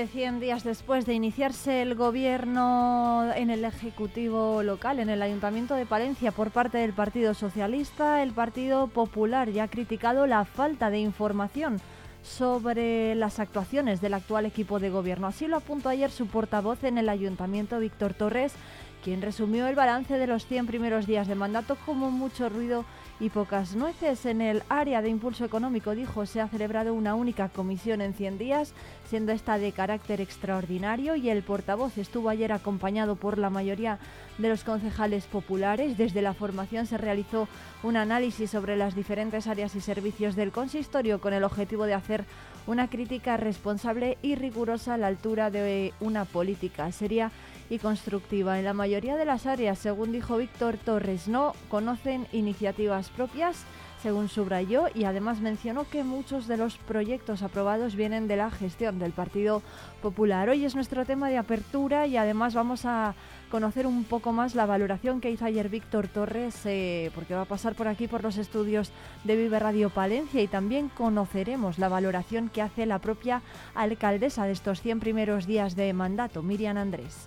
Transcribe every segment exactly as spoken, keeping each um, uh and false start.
de cien días después de iniciarse el gobierno en el Ejecutivo local, en el Ayuntamiento de Palencia, por parte del Partido Socialista, el Partido Popular ya ha criticado la falta de información sobre las actuaciones del actual equipo de gobierno. Así lo apuntó ayer su portavoz en el Ayuntamiento, Víctor Torres, quien resumió el balance de los cien primeros días de mandato como mucho ruido y pocas nueces. En el área de impulso económico, dijo, se ha celebrado una única comisión en cien días, siendo esta de carácter extraordinario, y el portavoz estuvo ayer acompañado por la mayoría de los concejales populares. Desde la formación se realizó un análisis sobre las diferentes áreas y servicios del consistorio con el objetivo de hacer una crítica responsable y rigurosa a la altura de una política seria y constructiva. En la mayoría de las áreas, según dijo Víctor Torres, no conocen iniciativas propias, según subrayó, y además mencionó que muchos de los proyectos aprobados vienen de la gestión del Partido Popular. Hoy es nuestro tema de apertura y además vamos a conocer un poco más la valoración que hizo ayer Víctor Torres, eh, porque va a pasar por aquí por los estudios de Vive Radio Palencia, y también conoceremos la valoración que hace la propia alcaldesa de estos cien primeros días de mandato, Miriam Andrés.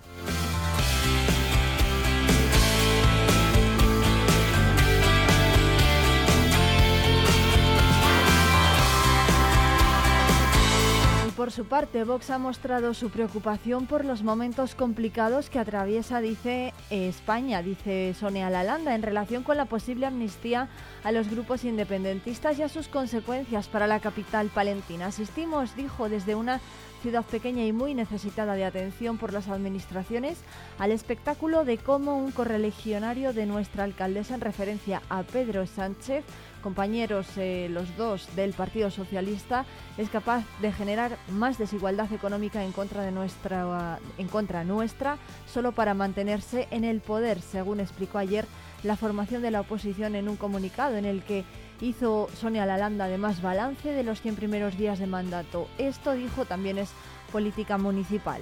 Por su parte, Vox ha mostrado su preocupación por los momentos complicados que atraviesa, dice, España, dice Sonia Lalanda, en relación con la posible amnistía a los grupos independentistas y a sus consecuencias para la capital palentina. Asistimos, dijo, desde una ciudad pequeña y muy necesitada de atención por las administraciones, al espectáculo de cómo un correligionario de nuestra alcaldesa, en referencia a Pedro Sánchez, compañeros eh, los dos del Partido Socialista, es capaz de generar más desigualdad económica en contra de nuestra en contra nuestra solo para mantenerse en el poder, según explicó ayer la formación de la oposición en un comunicado en el que hizo Sonia Lalanda además balance de los cien primeros días de mandato. Esto, dijo, también es política municipal.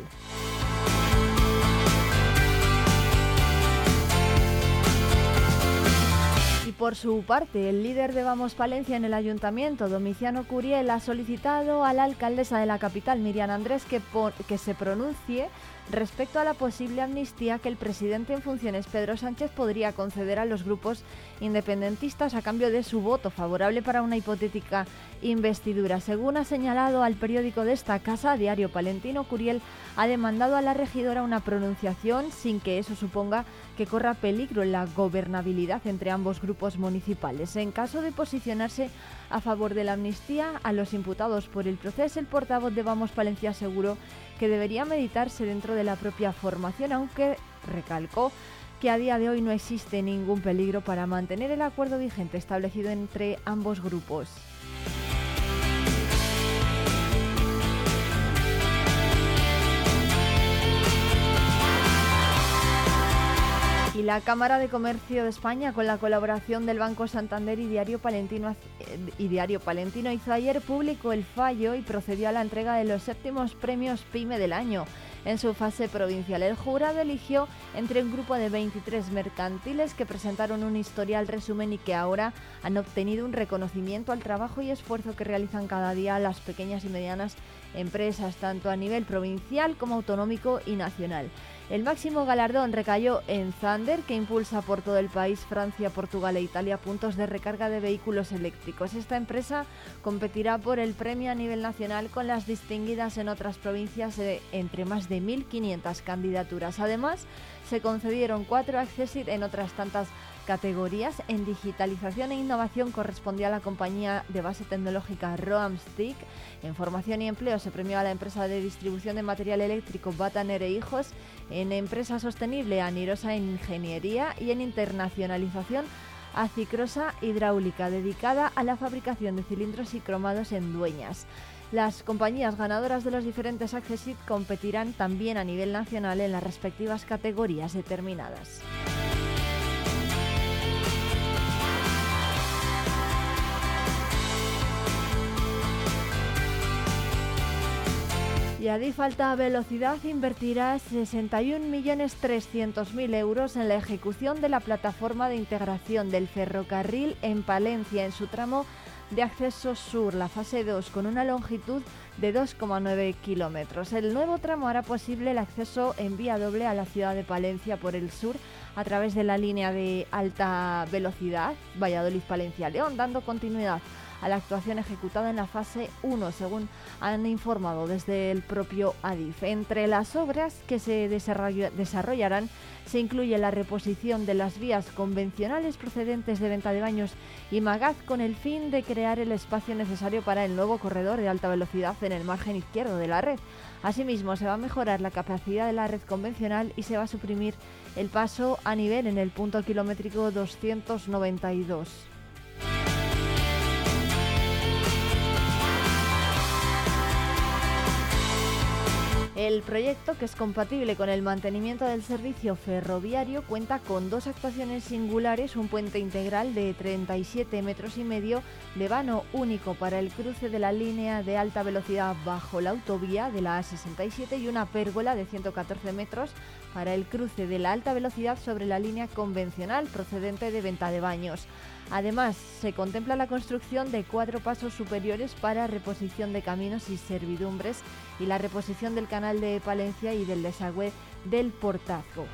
Por su parte, el líder de Vamos Palencia en el Ayuntamiento, Domiciano Curiel, ha solicitado a la alcaldesa de la capital, Miriam Andrés, que, por, que se pronuncie respecto a la posible amnistía que el presidente en funciones, Pedro Sánchez, podría conceder a los grupos independentistas a cambio de su voto favorable para una hipotética investidura. Según ha señalado al periódico de esta casa, Diario Palentino, Curiel ha demandado a la regidora una pronunciación sin que eso suponga que corra peligro la gobernabilidad entre ambos grupos municipales. En caso de posicionarse a favor de la amnistía a los imputados por el proceso, el portavoz de Vamos Palencia aseguró que debería meditarse dentro de la propia formación, aunque recalcó que a día de hoy no existe ningún peligro para mantener el acuerdo vigente establecido entre ambos grupos. Y la Cámara de Comercio de España, con la colaboración del Banco Santander y Diario Palentino, y Diario Palentino, hizo ayer público el fallo y procedió a la entrega de los séptimos premios PYME del año. En su fase provincial, el jurado eligió entre un grupo de veintitrés mercantiles que presentaron un historial resumen y que ahora han obtenido un reconocimiento al trabajo y esfuerzo que realizan cada día las pequeñas y medianas empresas, tanto a nivel provincial como autonómico y nacional. El máximo galardón recayó en Zander, que impulsa por todo el país, Francia, Portugal e Italia, puntos de recarga de vehículos eléctricos. Esta empresa competirá por el premio a nivel nacional con las distinguidas en otras provincias de entre más de mil quinientas candidaturas. Además, se concedieron cuatro Accessit en otras tantas categorías. En digitalización e innovación correspondía a la compañía de base tecnológica Roamstick. En formación y empleo se premió a la empresa de distribución de material eléctrico Bataner e Hijos. En empresa sostenible a Nirosa Ingeniería, y en internacionalización a Cicrosa Hidráulica, dedicada a la fabricación de cilindros y cromados en Dueñas. Las compañías ganadoras de los diferentes Accessit competirán también a nivel nacional en las respectivas categorías determinadas. Y Adif Alta Velocidad invertirá sesenta y un millones trescientos mil euros en la ejecución de la plataforma de integración del ferrocarril en Palencia, en su tramo de acceso sur, la fase dos, con una longitud de dos coma nueve kilómetros. El nuevo tramo hará posible el acceso en vía doble a la ciudad de Palencia por el sur a través de la línea de alta velocidad Valladolid-Palencia-León, dando continuidad a la actuación ejecutada en la fase uno, según han informado desde el propio Adif. Entre las obras que se desarrollarán se incluye la reposición de las vías convencionales procedentes de Ventadebaños y Magaz, con el fin de crear el espacio necesario para el nuevo corredor de alta velocidad en el margen izquierdo de la red. Asimismo, se va a mejorar la capacidad de la red convencional y se va a suprimir el paso a nivel en el punto kilométrico doscientos noventa y dos. El proyecto, que es compatible con el mantenimiento del servicio ferroviario, cuenta con dos actuaciones singulares: un puente integral de treinta y siete metros y medio de vano único para el cruce de la línea de alta velocidad bajo la autovía de la A sesenta y siete y una pérgola de ciento catorce metros para el cruce de la alta velocidad sobre la línea convencional procedente de Ventadebaños. Además, se contempla la construcción de cuatro pasos superiores para reposición de caminos y servidumbres y la reposición del canal de Palencia y del desagüe del Portazgo.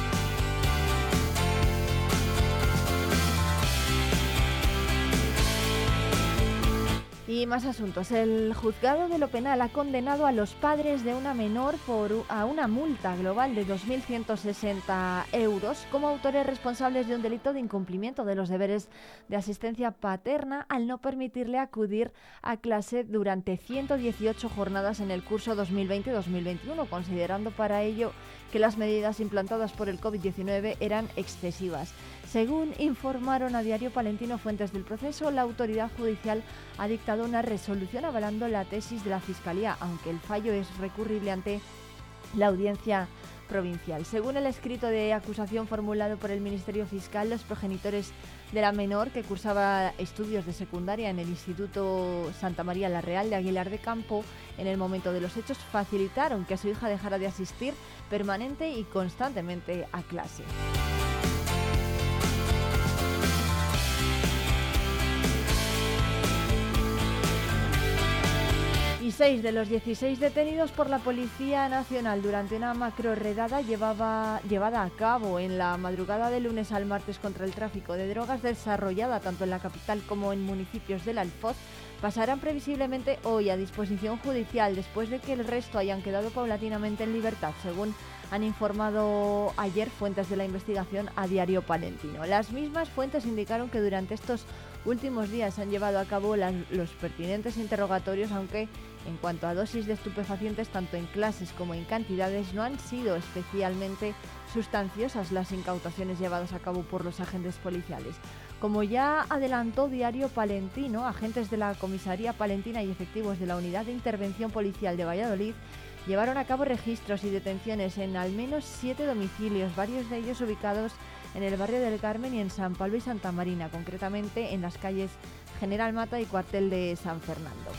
Y más asuntos. El juzgado de lo penal ha condenado a los padres de una menor por a una multa global de dos mil ciento sesenta euros como autores responsables de un delito de incumplimiento de los deberes de asistencia paterna al no permitirle acudir a clase durante ciento dieciocho jornadas en el curso dos mil veinte dos mil veintiuno, considerando para ello que las medidas implantadas por el covid diecinueve eran excesivas. Según informaron a Diario Palentino fuentes del proceso, la autoridad judicial ha dictado una resolución avalando la tesis de la Fiscalía, aunque el fallo es recurrible ante la Audiencia Provincial. Según el escrito de acusación formulado por el Ministerio Fiscal, los progenitores de la menor, que cursaba estudios de secundaria en el Instituto Santa María la Real de Aguilar de Campo, en el momento de los hechos facilitaron que su hija dejara de asistir permanente y constantemente a clase. Y seis de los dieciséis detenidos por la Policía Nacional durante una macroredada llevaba, llevada a cabo en la madrugada de lunes al martes contra el tráfico de drogas desarrollada tanto en la capital como en municipios del Alfoz pasarán previsiblemente hoy a disposición judicial después de que el resto hayan quedado paulatinamente en libertad, según han informado ayer fuentes de la investigación a Diario Palentino. Las mismas fuentes indicaron que durante estos últimos días se han llevado a cabo las, los pertinentes interrogatorios, aunque en cuanto a dosis de estupefacientes, tanto en clases como en cantidades, no han sido especialmente sustanciosas las incautaciones llevadas a cabo por los agentes policiales. Como ya adelantó Diario Palentino, agentes de la Comisaría Palentina y efectivos de la Unidad de Intervención Policial de Valladolid llevaron a cabo registros y detenciones en al menos siete domicilios, varios de ellos ubicados en el barrio del Carmen y en San Pablo y Santa Marina, concretamente en las calles General Mata y Cuartel de San Fernando.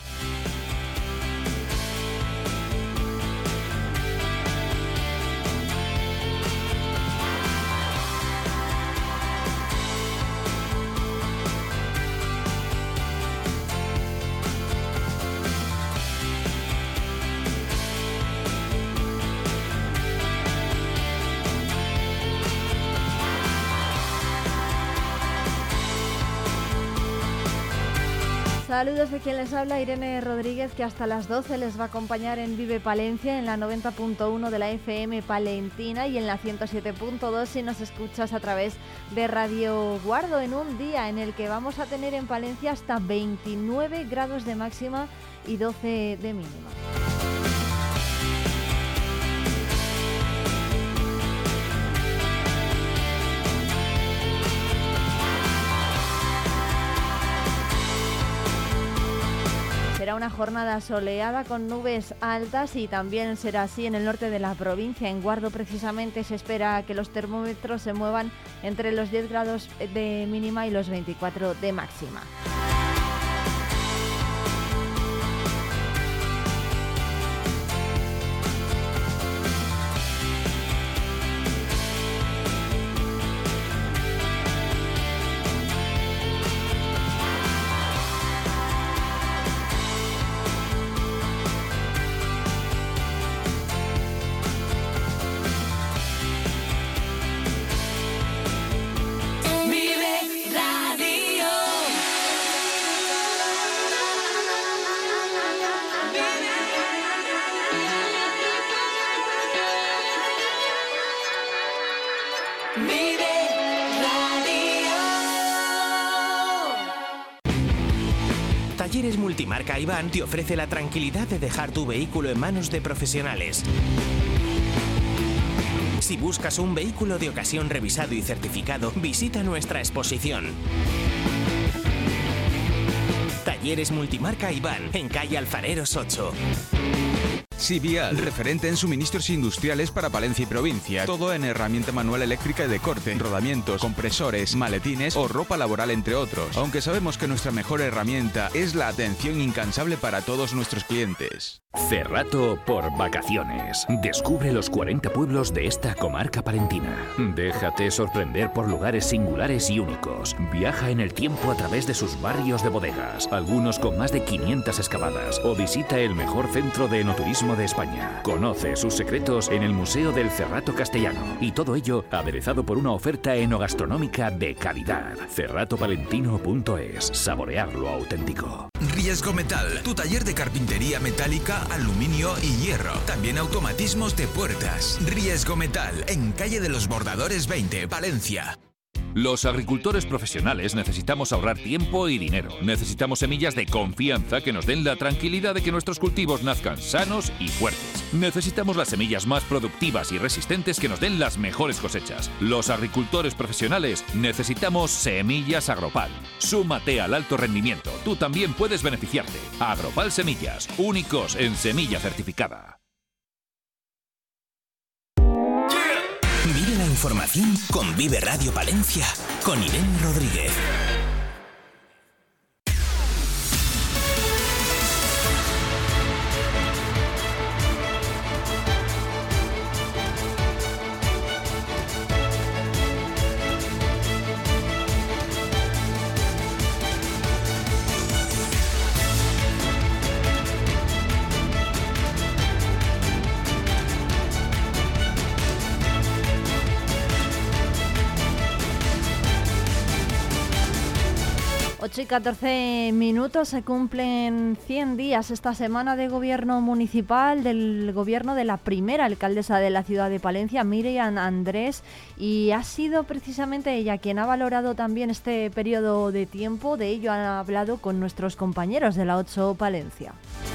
Saludos de quien les habla, Irene Rodríguez, que hasta las doce les va a acompañar en Vive Palencia, en la noventa punto uno de la F M palentina y en la ciento siete punto dos si nos escuchas a través de Radio Guardo, en un día en el que vamos a tener en Palencia hasta veintinueve grados de máxima y doce de mínima. Será una jornada soleada con nubes altas y también será así en el norte de la provincia. En Guardo precisamente se espera que los termómetros se muevan entre los diez grados de mínima y los veinticuatro de máxima. Vive Radio. Talleres Multimarca Iván te ofrece la tranquilidad de dejar tu vehículo en manos de profesionales. Si buscas un vehículo de ocasión revisado y certificado, visita nuestra exposición. Talleres Multimarca Iván, en calle Alfareros ocho. Sivial, referente en suministros industriales para Palencia y provincia. Todo en herramienta manual eléctrica y de corte, rodamientos, compresores, maletines o ropa laboral, entre otros. Aunque sabemos que nuestra mejor herramienta es la atención incansable para todos nuestros clientes. Cerrato por vacaciones. Descubre los cuarenta pueblos de esta comarca palentina. Déjate sorprender por lugares singulares y únicos. Viaja en el tiempo a través de sus barrios de bodegas, algunos con más de quinientas excavadas, o visita el mejor centro de enoturismo de España. Conoce sus secretos en el Museo del Cerrato Castellano, y todo ello aderezado por una oferta enogastronómica de calidad. cerrato palentino punto es. Saborear lo auténtico. Riesgo Metal, tu taller de carpintería metálica, aluminio y hierro. También automatismos de puertas. Riesgo Metal, en calle de los Bordadores veinte, Palencia. Los agricultores profesionales necesitamos ahorrar tiempo y dinero. Necesitamos semillas de confianza que nos den la tranquilidad de que nuestros cultivos nazcan sanos y fuertes. Necesitamos las semillas más productivas y resistentes que nos den las mejores cosechas. Los agricultores profesionales necesitamos Semillas Agropal. Súmate al alto rendimiento. Tú también puedes beneficiarte. Agropal Semillas, únicos en semilla certificada. Vive la información con Vive Radio Palencia, con Irene Rodríguez. ocho y catorce minutos, se cumplen cien días esta semana de gobierno municipal, del gobierno de la primera alcaldesa de la ciudad de Palencia, Míriam Andrés, y ha sido precisamente ella quien ha valorado también este periodo de tiempo. De ello han hablado con nuestros compañeros de la ocho Palencia.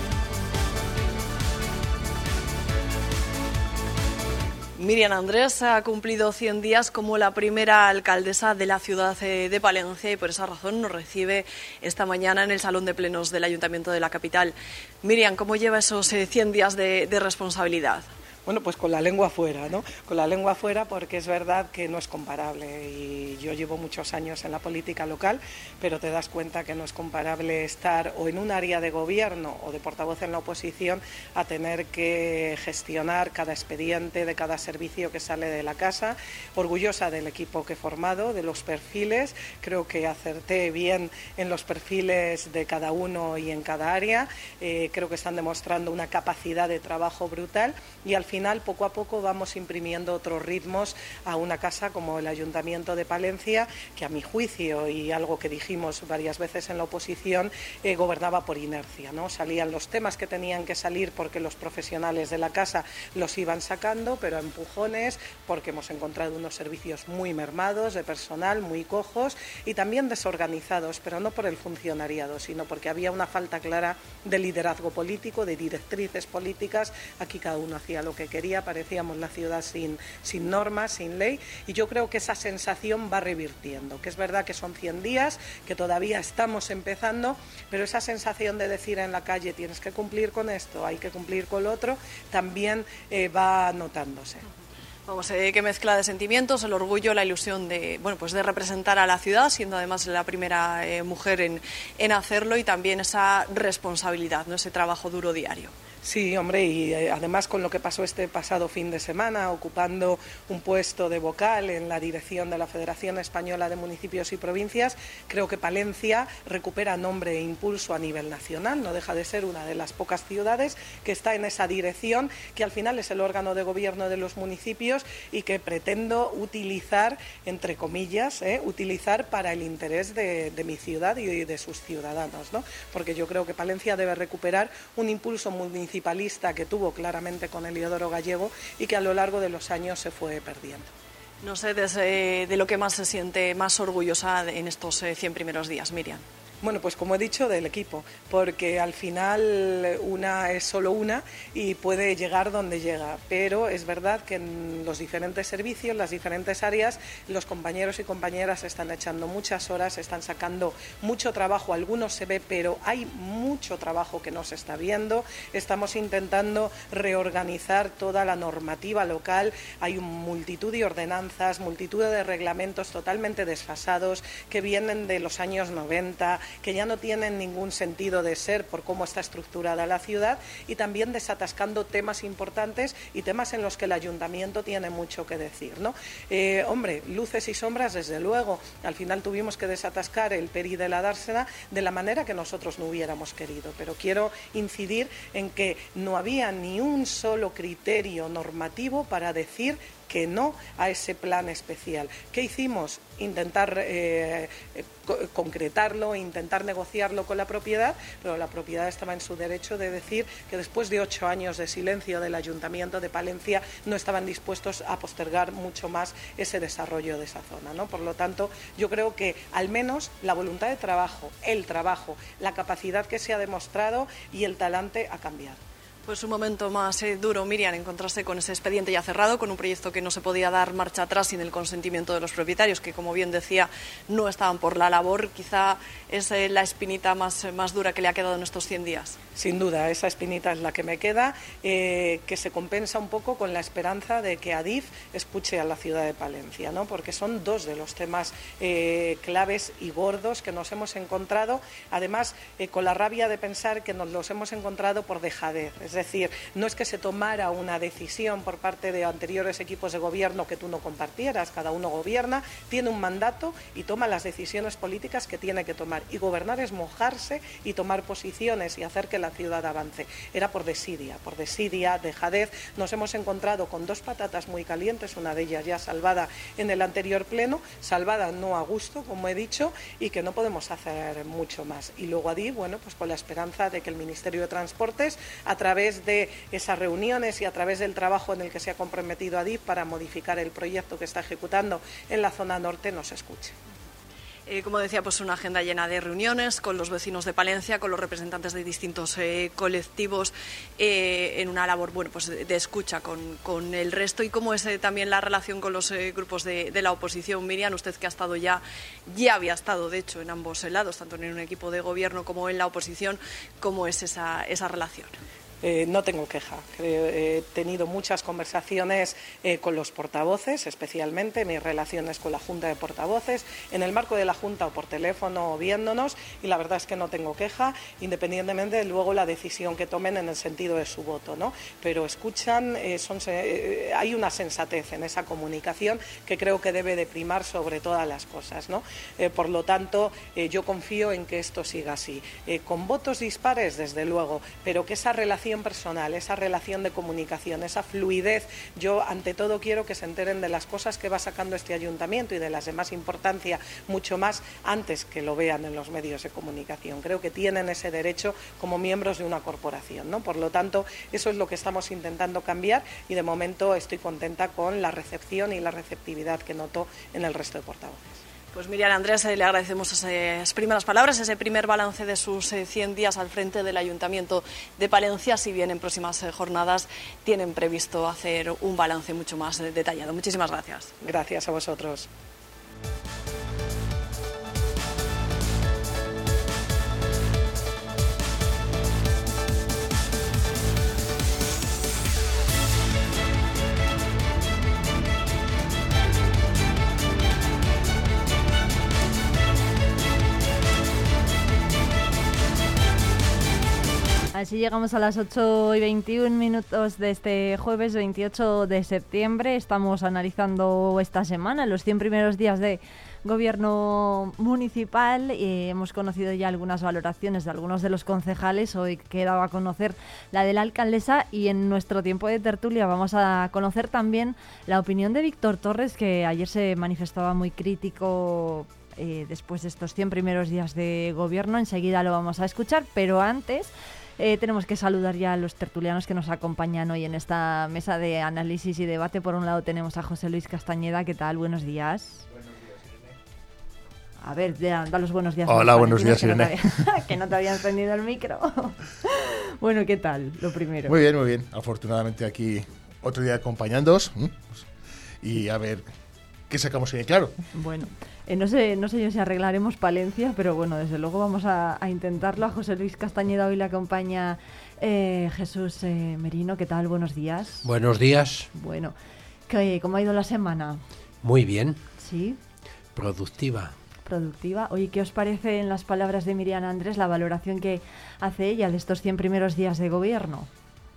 Míriam Andrés ha cumplido cien días como la primera alcaldesa de la ciudad de Palencia y por esa razón nos recibe esta mañana en el Salón de Plenos del Ayuntamiento de la capital. Míriam, ¿cómo lleva esos cien días de, de responsabilidad? Bueno, pues con la lengua fuera, ¿no? Con la lengua fuera, porque es verdad que no es comparable, y yo llevo muchos años en la política local, pero te das cuenta que no es comparable estar o en un área de gobierno o de portavoz en la oposición a tener que gestionar cada expediente de cada servicio que sale de la casa. Orgullosa del equipo que he formado, de los perfiles, creo que acerté bien en los perfiles de cada uno y en cada área, eh, creo que están demostrando una capacidad de trabajo brutal, y al final final, poco a poco, vamos imprimiendo otros ritmos a una casa como el Ayuntamiento de Palencia, que a mi juicio, y algo que dijimos varias veces en la oposición, eh, gobernaba por inercia, ¿no? Salían los temas que tenían que salir porque los profesionales de la casa los iban sacando, pero a empujones, porque hemos encontrado unos servicios muy mermados de personal, muy cojos y también desorganizados, pero no por el funcionariado, sino porque había una falta clara de liderazgo político, de directrices políticas. Aquí cada uno hacía lo que quería, parecíamos la ciudad sin, sin normas, sin ley, y yo creo que esa sensación va revirtiendo, que es verdad que son cien días, que todavía estamos empezando, pero esa sensación de decir en la calle tienes que cumplir con esto, hay que cumplir con lo otro, también eh, va notándose. Vamos, eh, qué mezcla de sentimientos, el orgullo, la ilusión de, bueno, pues de representar a la ciudad, siendo además la primera eh, mujer en, en hacerlo, y también esa responsabilidad, ¿no? Ese trabajo duro diario. Sí, hombre, y eh, además con lo que pasó este pasado fin de semana, ocupando un puesto de vocal en la dirección de la Federación Española de Municipios y Provincias, creo que Palencia recupera nombre e impulso a nivel nacional, no deja de ser una de las pocas ciudades que está en esa dirección, que al final es el órgano de gobierno de los municipios y que pretendo utilizar, entre comillas, eh, utilizar para el interés de, de mi ciudad y de sus ciudadanos, ¿no? Porque yo creo que Palencia debe recuperar un impulso municipal que tuvo claramente con Heliodoro Gallego y que a lo largo de los años se fue perdiendo. No sé, desde, de lo que más se siente más orgullosa en estos cien primeros días, Miriam. Bueno, pues como he dicho, del equipo, porque al final una es solo una y puede llegar donde llega, pero es verdad que en los diferentes servicios, las diferentes áreas, los compañeros y compañeras están echando muchas horas, están sacando mucho trabajo, algunos se ve, pero hay mucho trabajo que no se está viendo, estamos intentando reorganizar toda la normativa local, hay multitud de ordenanzas, multitud de reglamentos totalmente desfasados que vienen de los años noventa, que ya no tienen ningún sentido de ser por cómo está estructurada la ciudad, y también desatascando temas importantes y temas en los que el ayuntamiento tiene mucho que decir, ¿no? Eh, hombre, luces y sombras, desde luego. Al final tuvimos que desatascar el Peri de la Dársena de la manera que nosotros no hubiéramos querido, pero quiero incidir en que no había ni un solo criterio normativo para decir que no a ese plan especial. ¿Qué hicimos? Intentar eh, co concretarlo, intentar negociarlo con la propiedad, pero la propiedad estaba en su derecho de decir que después de ocho años de silencio del Ayuntamiento de Palencia no estaban dispuestos a postergar mucho más ese desarrollo de esa zona, ¿no? Por lo tanto, yo creo que al menos la voluntad de trabajo, el trabajo, la capacidad que se ha demostrado y el talante ha cambiado. Pues un momento más eh, duro, Miriam, encontrarse con ese expediente ya cerrado, con un proyecto que no se podía dar marcha atrás sin el consentimiento de los propietarios, que, como bien decía, no estaban por la labor. Quizá es eh, la espinita más, más dura que le ha quedado en estos cien días. Sin duda, esa espinita es la que me queda, eh, que se compensa un poco con la esperanza de que Adif escuche a la ciudad de Palencia, ¿no? Porque son dos de los temas eh, claves y gordos que nos hemos encontrado, además eh, con la rabia de pensar que nos los hemos encontrado por dejadez. Es decir, no es que se tomara una decisión por parte de anteriores equipos de gobierno que tú no compartieras, cada uno gobierna, tiene un mandato y toma las decisiones políticas que tiene que tomar. Y gobernar es mojarse y tomar posiciones y hacer que la ciudad avance. Era por desidia, por desidia, dejadez. Nos hemos encontrado con dos patatas muy calientes, una de ellas ya salvada en el anterior pleno, salvada no a gusto, como he dicho, y que no podemos hacer mucho más. Y luego Adif, bueno, pues con la esperanza de que el Ministerio de Transportes, a través de esas reuniones y a través del trabajo en el que se ha comprometido Adif para modificar el proyecto que está ejecutando en la zona norte, nos escuche. Eh, como decía, pues una agenda llena de reuniones con los vecinos de Palencia, con los representantes de distintos eh, colectivos, eh, en una labor, bueno, pues de, de escucha con, con el resto. Y cómo es eh, también la relación con los eh, grupos de, de la oposición. Miriam, usted que ha estado ya, ya había estado de hecho en ambos lados, tanto en un equipo de gobierno como en la oposición, ¿cómo es esa, esa relación? Eh, no tengo queja. He tenido muchas conversaciones eh, con los portavoces, especialmente mis relaciones con la Junta de Portavoces, en el marco de la Junta o por teléfono o viéndonos, y la verdad es que no tengo queja, independientemente de luego la decisión que tomen en el sentido de su voto, ¿no? Pero escuchan, eh, son, eh, hay una sensatez en esa comunicación que creo que debe de primar sobre todas las cosas, ¿no? Eh, por lo tanto, eh, yo confío en que esto siga así. Eh, con votos dispares, desde luego, pero que esa relación personal, esa relación de comunicación, esa fluidez, yo ante todo quiero que se enteren de las cosas que va sacando este ayuntamiento y de las de más importancia mucho más antes que lo vean en los medios de comunicación. Creo que tienen ese derecho como miembros de una corporación, ¿no? Por lo tanto, eso es lo que estamos intentando cambiar y de momento estoy contenta con la recepción y la receptividad que noto en el resto de portavoces. Pues Miriam Andrés, le agradecemos esas primeras palabras, ese primer balance de sus cien días al frente del Ayuntamiento de Palencia. Si bien en próximas jornadas tienen previsto hacer un balance mucho más detallado. Muchísimas gracias. Gracias a vosotros. Así llegamos a las ocho y veintiún minutos de este jueves veintiocho de septiembre. Estamos analizando esta semana, los cien primeros días de gobierno municipal, y hemos conocido ya algunas valoraciones de algunos de los concejales. Hoy quedaba a conocer la de la alcaldesa, y en nuestro tiempo de tertulia vamos a conocer también la opinión de Víctor Torres, que ayer se manifestaba muy crítico eh, después de estos cien primeros días de gobierno. Enseguida lo vamos a escuchar, pero antes Eh, tenemos que saludar ya a los tertulianos que nos acompañan hoy en esta mesa de análisis y debate. Por un lado tenemos a José Luis Castañeda. ¿Qué tal? Buenos días. Buenos días, Irene. A ver, da, da los buenos días. Hola, buenos días, que Irene. No había, que no te había encendido el micro. Bueno, ¿qué tal? Lo primero. Muy bien, muy bien. Afortunadamente aquí otro día acompañándoos. Y a ver qué sacamos hoy, claro. Bueno. Eh, no sé, no sé yo si arreglaremos Palencia, pero bueno, desde luego vamos a, a intentarlo. A José Luis Castañeda hoy le acompaña eh, Jesús eh, Merino. ¿Qué tal? Buenos días. Buenos días. Bueno, ¿qué, ¿cómo ha ido la semana? Muy bien. ¿Sí? Productiva. Productiva. Oye, ¿qué os parece, en las palabras de Miriam Andrés, la valoración que hace ella de estos cien primeros días de gobierno?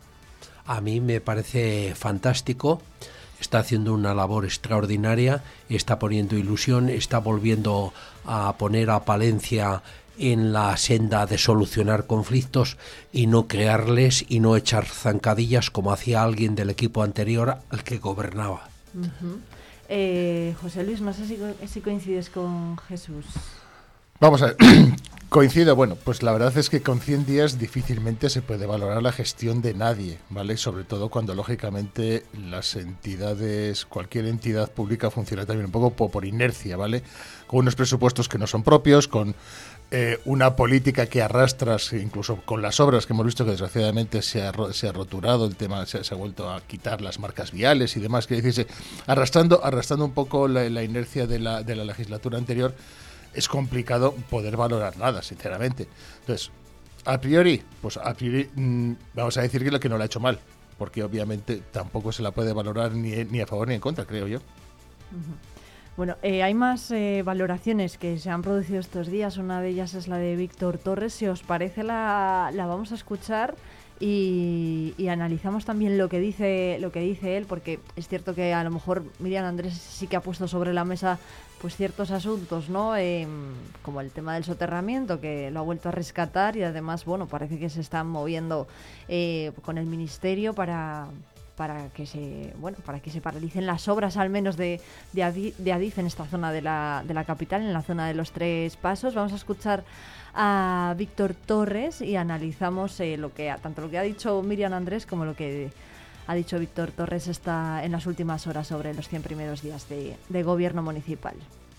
A mí me parece fantástico. Está haciendo una labor extraordinaria, está poniendo ilusión, está volviendo a poner a Palencia en la senda de solucionar conflictos y no crearles y no echar zancadillas como hacía alguien del equipo anterior al que gobernaba. Uh-huh. eh, José Luis, no sé si, si coincides con Jesús. Vamos a ver. Coincido, bueno, pues la verdad es que con cien días difícilmente se puede valorar la gestión de nadie, ¿vale? Sobre todo cuando, lógicamente, las entidades, cualquier entidad pública funciona también un poco por, por inercia, ¿vale? Con unos presupuestos que no son propios, con eh, una política que arrastras, incluso con las obras que hemos visto que desgraciadamente se ha, se ha roturado el tema, se, se ha vuelto a quitar las marcas viales y demás, que decirse, arrastrando, arrastrando un poco la, la inercia de la, de la legislatura anterior. Es complicado poder valorar nada, sinceramente. Entonces, a priori, pues a priori mmm, vamos a decir que lo que no lo ha hecho mal, porque obviamente tampoco se la puede valorar ni, ni a favor ni en contra, creo yo. Uh-huh. Bueno, eh, hay más eh, valoraciones que se han producido estos días. Una de ellas es la de Víctor Torres. Si os parece, la, la vamos a escuchar y, y analizamos también lo que dice lo que dice él, porque es cierto que a lo mejor Miriam Andrés sí que ha puesto sobre la mesa pues ciertos asuntos, ¿no? Eh, como el tema del soterramiento, que lo ha vuelto a rescatar, y además, bueno, parece que se están moviendo eh, con el ministerio para para que se bueno para que se paralicen las obras, al menos de de, Adi, de Adif en esta zona de la de la capital, en la zona de los Tres Pasos. Vamos a escuchar a Víctor Torres y analizamos eh, lo que tanto lo que ha dicho Miriam Andrés como lo que ha dicho Víctor Torres está en las últimas horas sobre los cien primeros días de, de gobierno municipal.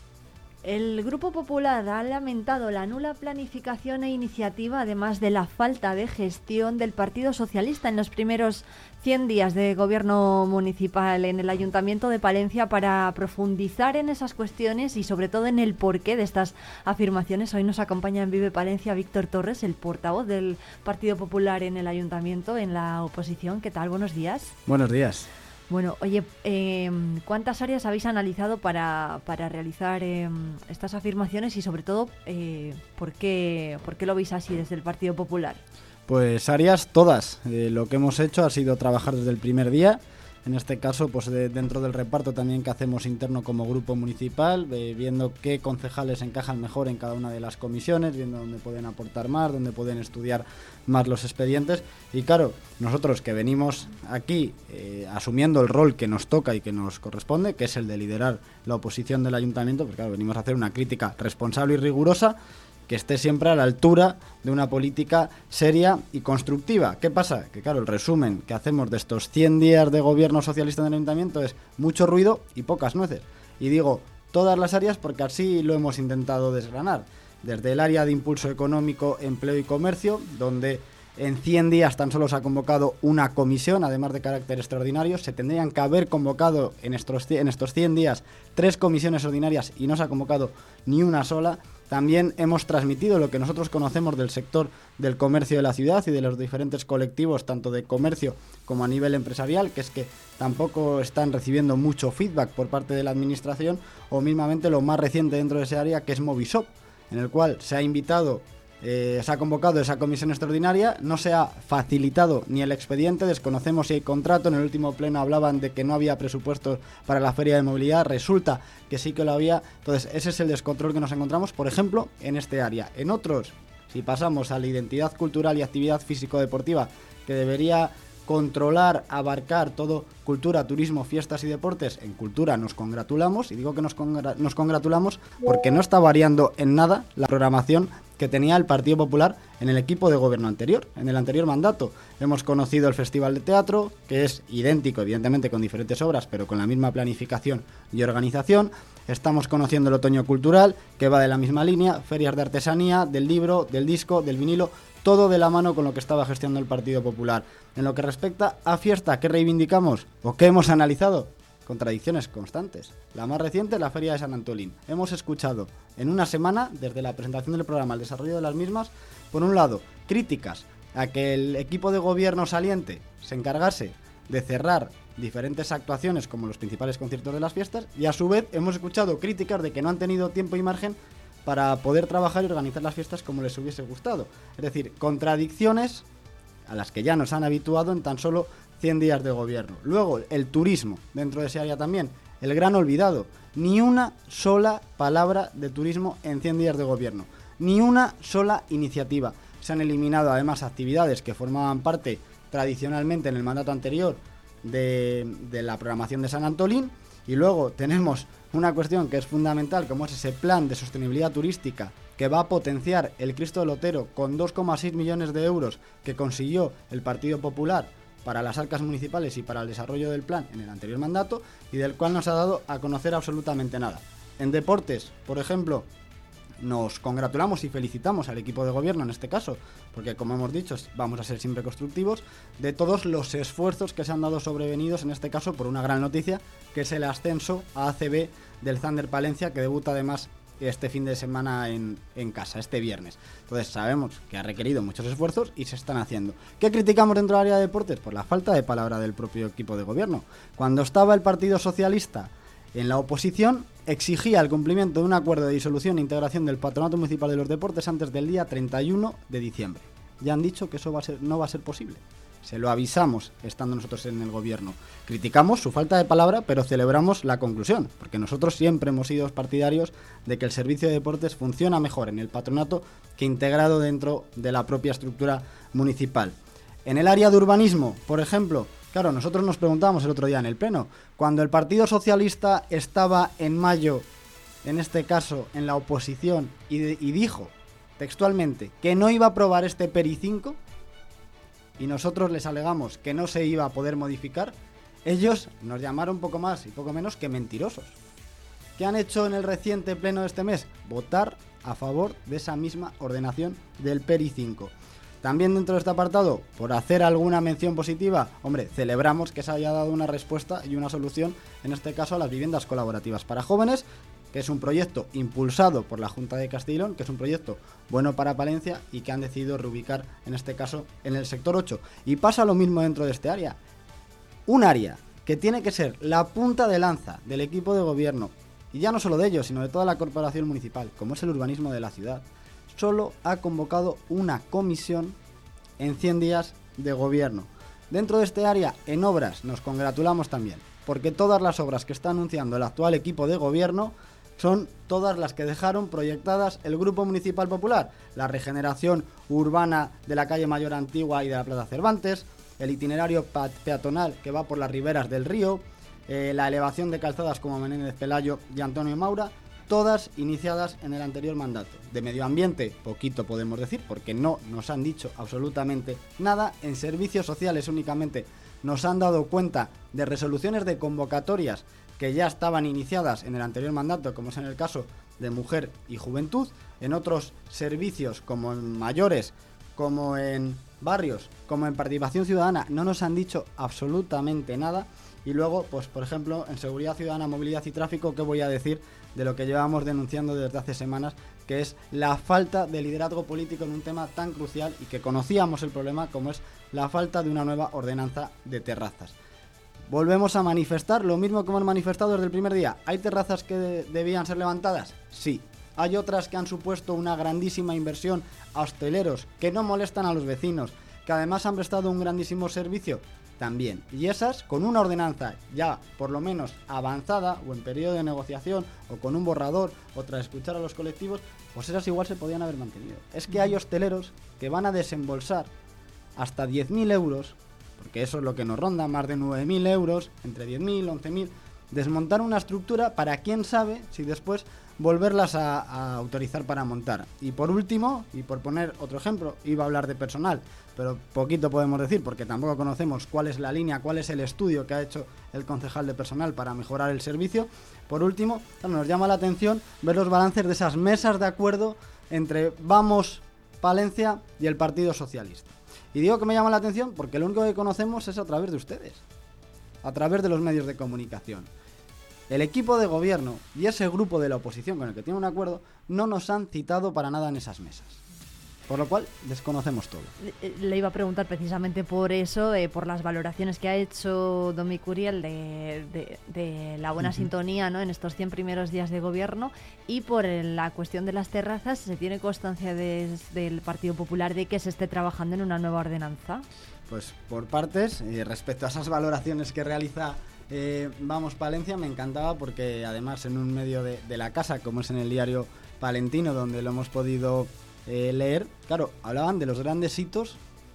El Grupo Popular ha lamentado la nula planificación e iniciativa, además de la falta de gestión del Partido Socialista en los primeros cien días de gobierno municipal en el Ayuntamiento de Palencia. Para profundizar en esas cuestiones y sobre todo en el porqué de estas afirmaciones, hoy nos acompaña en Vive Palencia Víctor Torres, el portavoz del Partido Popular en el Ayuntamiento, en la oposición. ¿Qué tal? Buenos días. Buenos días. Bueno, oye, eh, ¿cuántas áreas habéis analizado para, para realizar eh, estas afirmaciones y sobre todo eh, ¿por qué, por qué lo veis así desde el Partido Popular? Pues áreas todas. Eh, lo que hemos hecho ha sido trabajar desde el primer día. En este caso, pues de, dentro del reparto también que hacemos interno como grupo municipal, eh, viendo qué concejales encajan mejor en cada una de las comisiones, viendo dónde pueden aportar más, dónde pueden estudiar más los expedientes. Y claro, nosotros que venimos aquí eh, asumiendo el rol que nos toca y que nos corresponde, que es el de liderar la oposición del ayuntamiento, pues claro, venimos a hacer una crítica responsable y rigurosa, que esté siempre a la altura de una política seria y constructiva. ¿Qué pasa? Que claro, el resumen que hacemos de estos cien días de gobierno socialista en el ayuntamiento es mucho ruido y pocas nueces. Y digo todas las áreas porque así lo hemos intentado desgranar. Desde el área de impulso económico, empleo y comercio, donde en cien días tan solo se ha convocado una comisión, además de carácter extraordinario. Se tendrían que haber convocado en estos, en estos cien días tres comisiones ordinarias y no se ha convocado ni una sola. También hemos transmitido lo que nosotros conocemos del sector del comercio de la ciudad y de los diferentes colectivos, tanto de comercio como a nivel empresarial, que es que tampoco están recibiendo mucho feedback por parte de la administración, o mismamente lo más reciente dentro de ese área, que es Movisop, en el cual se ha invitado, eh, se ha convocado esa comisión extraordinaria, no se ha facilitado ni el expediente, desconocemos si hay contrato. En el último pleno hablaban de que no había presupuestos para la feria de movilidad, resulta que sí que lo había. Entonces ese es el descontrol que nos encontramos, por ejemplo, en este área. En otros, si pasamos a la identidad cultural y actividad físico-deportiva, que debería controlar, abarcar todo cultura, turismo, fiestas y deportes, en cultura nos congratulamos, y digo que nos, congra- nos congratulamos porque no está variando en nada la programación que tenía el Partido Popular en el equipo de gobierno anterior, en el anterior mandato. Hemos conocido el Festival de Teatro, que es idéntico, evidentemente con diferentes obras, pero con la misma planificación y organización. Estamos conociendo el Otoño Cultural, que va de la misma línea, ferias de artesanía, del libro, del disco, del vinilo, todo de la mano con lo que estaba gestionando el Partido Popular. En lo que respecta a fiesta, ¿qué reivindicamos o qué hemos analizado? Contradicciones constantes. La más reciente, la Feria de San Antolín. Hemos escuchado en una semana, desde la presentación del programa al desarrollo de las mismas, por un lado, críticas a que el equipo de gobierno saliente se encargase de cerrar diferentes actuaciones como los principales conciertos de las fiestas, y a su vez hemos escuchado críticas de que no han tenido tiempo y margen para poder trabajar y organizar las fiestas como les hubiese gustado. Es decir, contradicciones a las que ya nos han habituado en tan solo cien días de gobierno. Luego, el turismo, dentro de ese área también, el gran olvidado. Ni una sola palabra de turismo en cien días de gobierno. Ni una sola iniciativa. Se han eliminado además actividades que formaban parte tradicionalmente en el mandato anterior de, de la programación de San Antolín. Y luego tenemos una cuestión que es fundamental, como es ese plan de sostenibilidad turística que va a potenciar el Cristo del Otero con dos coma seis millones de euros que consiguió el Partido Popular para las arcas municipales y para el desarrollo del plan en el anterior mandato, y del cual no se ha dado a conocer absolutamente nada. En deportes, por ejemplo, nos congratulamos y felicitamos al equipo de gobierno en este caso, porque como hemos dicho, vamos a ser siempre constructivos, de todos los esfuerzos que se han dado sobrevenidos, en este caso por una gran noticia, que es el ascenso a A C B del Thunder Palencia, que debuta además este fin de semana en, en casa, este viernes. Entonces sabemos que ha requerido muchos esfuerzos y se están haciendo. ¿Qué criticamos dentro del área de deportes? Pues la falta de palabra del propio equipo de gobierno. Cuando estaba el Partido Socialista en la oposición, exigía el cumplimiento de un acuerdo de disolución e integración del Patronato Municipal de los Deportes antes del día treinta y uno de diciembre. Ya han dicho que eso va a ser, no va a ser posible. Se lo avisamos estando nosotros en el gobierno. Criticamos su falta de palabra, pero celebramos la conclusión, porque nosotros siempre hemos sido partidarios de que el servicio de deportes funciona mejor en el patronato que integrado dentro de la propia estructura municipal. En el área de urbanismo, por ejemplo, claro, nosotros nos preguntábamos el otro día en el pleno, cuando el Partido Socialista estaba en mayo, en este caso en la oposición, y, de, y dijo textualmente que no iba a aprobar este P E R I cinco, y nosotros les alegamos que no se iba a poder modificar, ellos nos llamaron poco más y poco menos que mentirosos. ¿Qué han hecho en el reciente pleno de este mes? Votar a favor de esa misma ordenación del P E R I cinco. También dentro de este apartado, por hacer alguna mención positiva, hombre, celebramos que se haya dado una respuesta y una solución, en este caso a las viviendas colaborativas para jóvenes, que es un proyecto impulsado por la Junta de Castilla y León, que es un proyecto bueno para Palencia y que han decidido reubicar, en este caso, en el sector ocho. Y pasa lo mismo dentro de este área. Un área que tiene que ser la punta de lanza del equipo de gobierno, y ya no solo de ellos, sino de toda la corporación municipal, como es el urbanismo de la ciudad, solo ha convocado una comisión en cien días de gobierno. Dentro de este área, en obras, nos congratulamos también, porque todas las obras que está anunciando el actual equipo de gobierno son todas las que dejaron proyectadas el Grupo Municipal Popular. La regeneración urbana de la calle Mayor Antigua y de la Plaza Cervantes, el itinerario peatonal que va por las riberas del río, eh, la elevación de calzadas como Menéndez Pelayo y Antonio Maura, todas iniciadas en el anterior mandato. De medio ambiente, poquito podemos decir, porque no nos han dicho absolutamente nada. En servicios sociales únicamente nos han dado cuenta de resoluciones de convocatorias que ya estaban iniciadas en el anterior mandato, como es en el caso de Mujer y Juventud. En otros servicios, como en mayores, como en barrios, como en participación ciudadana, no nos han dicho absolutamente nada. Y luego, pues por ejemplo, en seguridad ciudadana, movilidad y tráfico, ¿qué voy a decir de lo que llevamos denunciando desde hace semanas? Que es la falta de liderazgo político en un tema tan crucial y que conocíamos el problema, como es la falta de una nueva ordenanza de terrazas. Volvemos a manifestar lo mismo que hemos manifestado desde el primer día. ¿Hay terrazas que de- debían ser levantadas? Sí. Hay otras que han supuesto una grandísima inversión a hosteleros que no molestan a los vecinos, que además han prestado un grandísimo servicio. También. Y esas, con una ordenanza ya por lo menos avanzada o en periodo de negociación o con un borrador o tras escuchar a los colectivos, pues esas igual se podían haber mantenido. Es que hay hosteleros que van a desembolsar hasta diez mil euros, porque eso es lo que nos ronda, más de nueve mil euros, entre diez mil, once mil, desmontar una estructura para quién sabe si después volverlas a, a autorizar para montar. Y por último, y por poner otro ejemplo, iba a hablar de personal, pero poquito podemos decir porque tampoco conocemos cuál es la línea, cuál es el estudio que ha hecho el concejal de personal para mejorar el servicio. Por último, nos llama la atención ver los balances de esas mesas de acuerdo entre Vamos Palencia y el Partido Socialista. Y digo que me llama la atención porque lo único que conocemos es a través de ustedes, a través de los medios de comunicación. El equipo de gobierno y ese grupo de la oposición con el que tiene un acuerdo no nos han citado para nada en esas mesas. Por lo cual, desconocemos todo. Le iba a preguntar precisamente por eso, eh, por las valoraciones que ha hecho Domi Curiel de, de, de la buena uh-huh. sintonía, ¿no?, en estos cien primeros días de gobierno, y por el, la cuestión de las terrazas. ¿Se tiene constancia desde el Partido Popular de que se esté trabajando en una nueva ordenanza? Pues por partes, eh, respecto a esas valoraciones que realiza eh, Vamos Palencia, me encantaba porque además en un medio de, de la casa, como es en el diario Palentino, donde lo hemos podido Eh, leer, claro, hablaban de los grandes hitos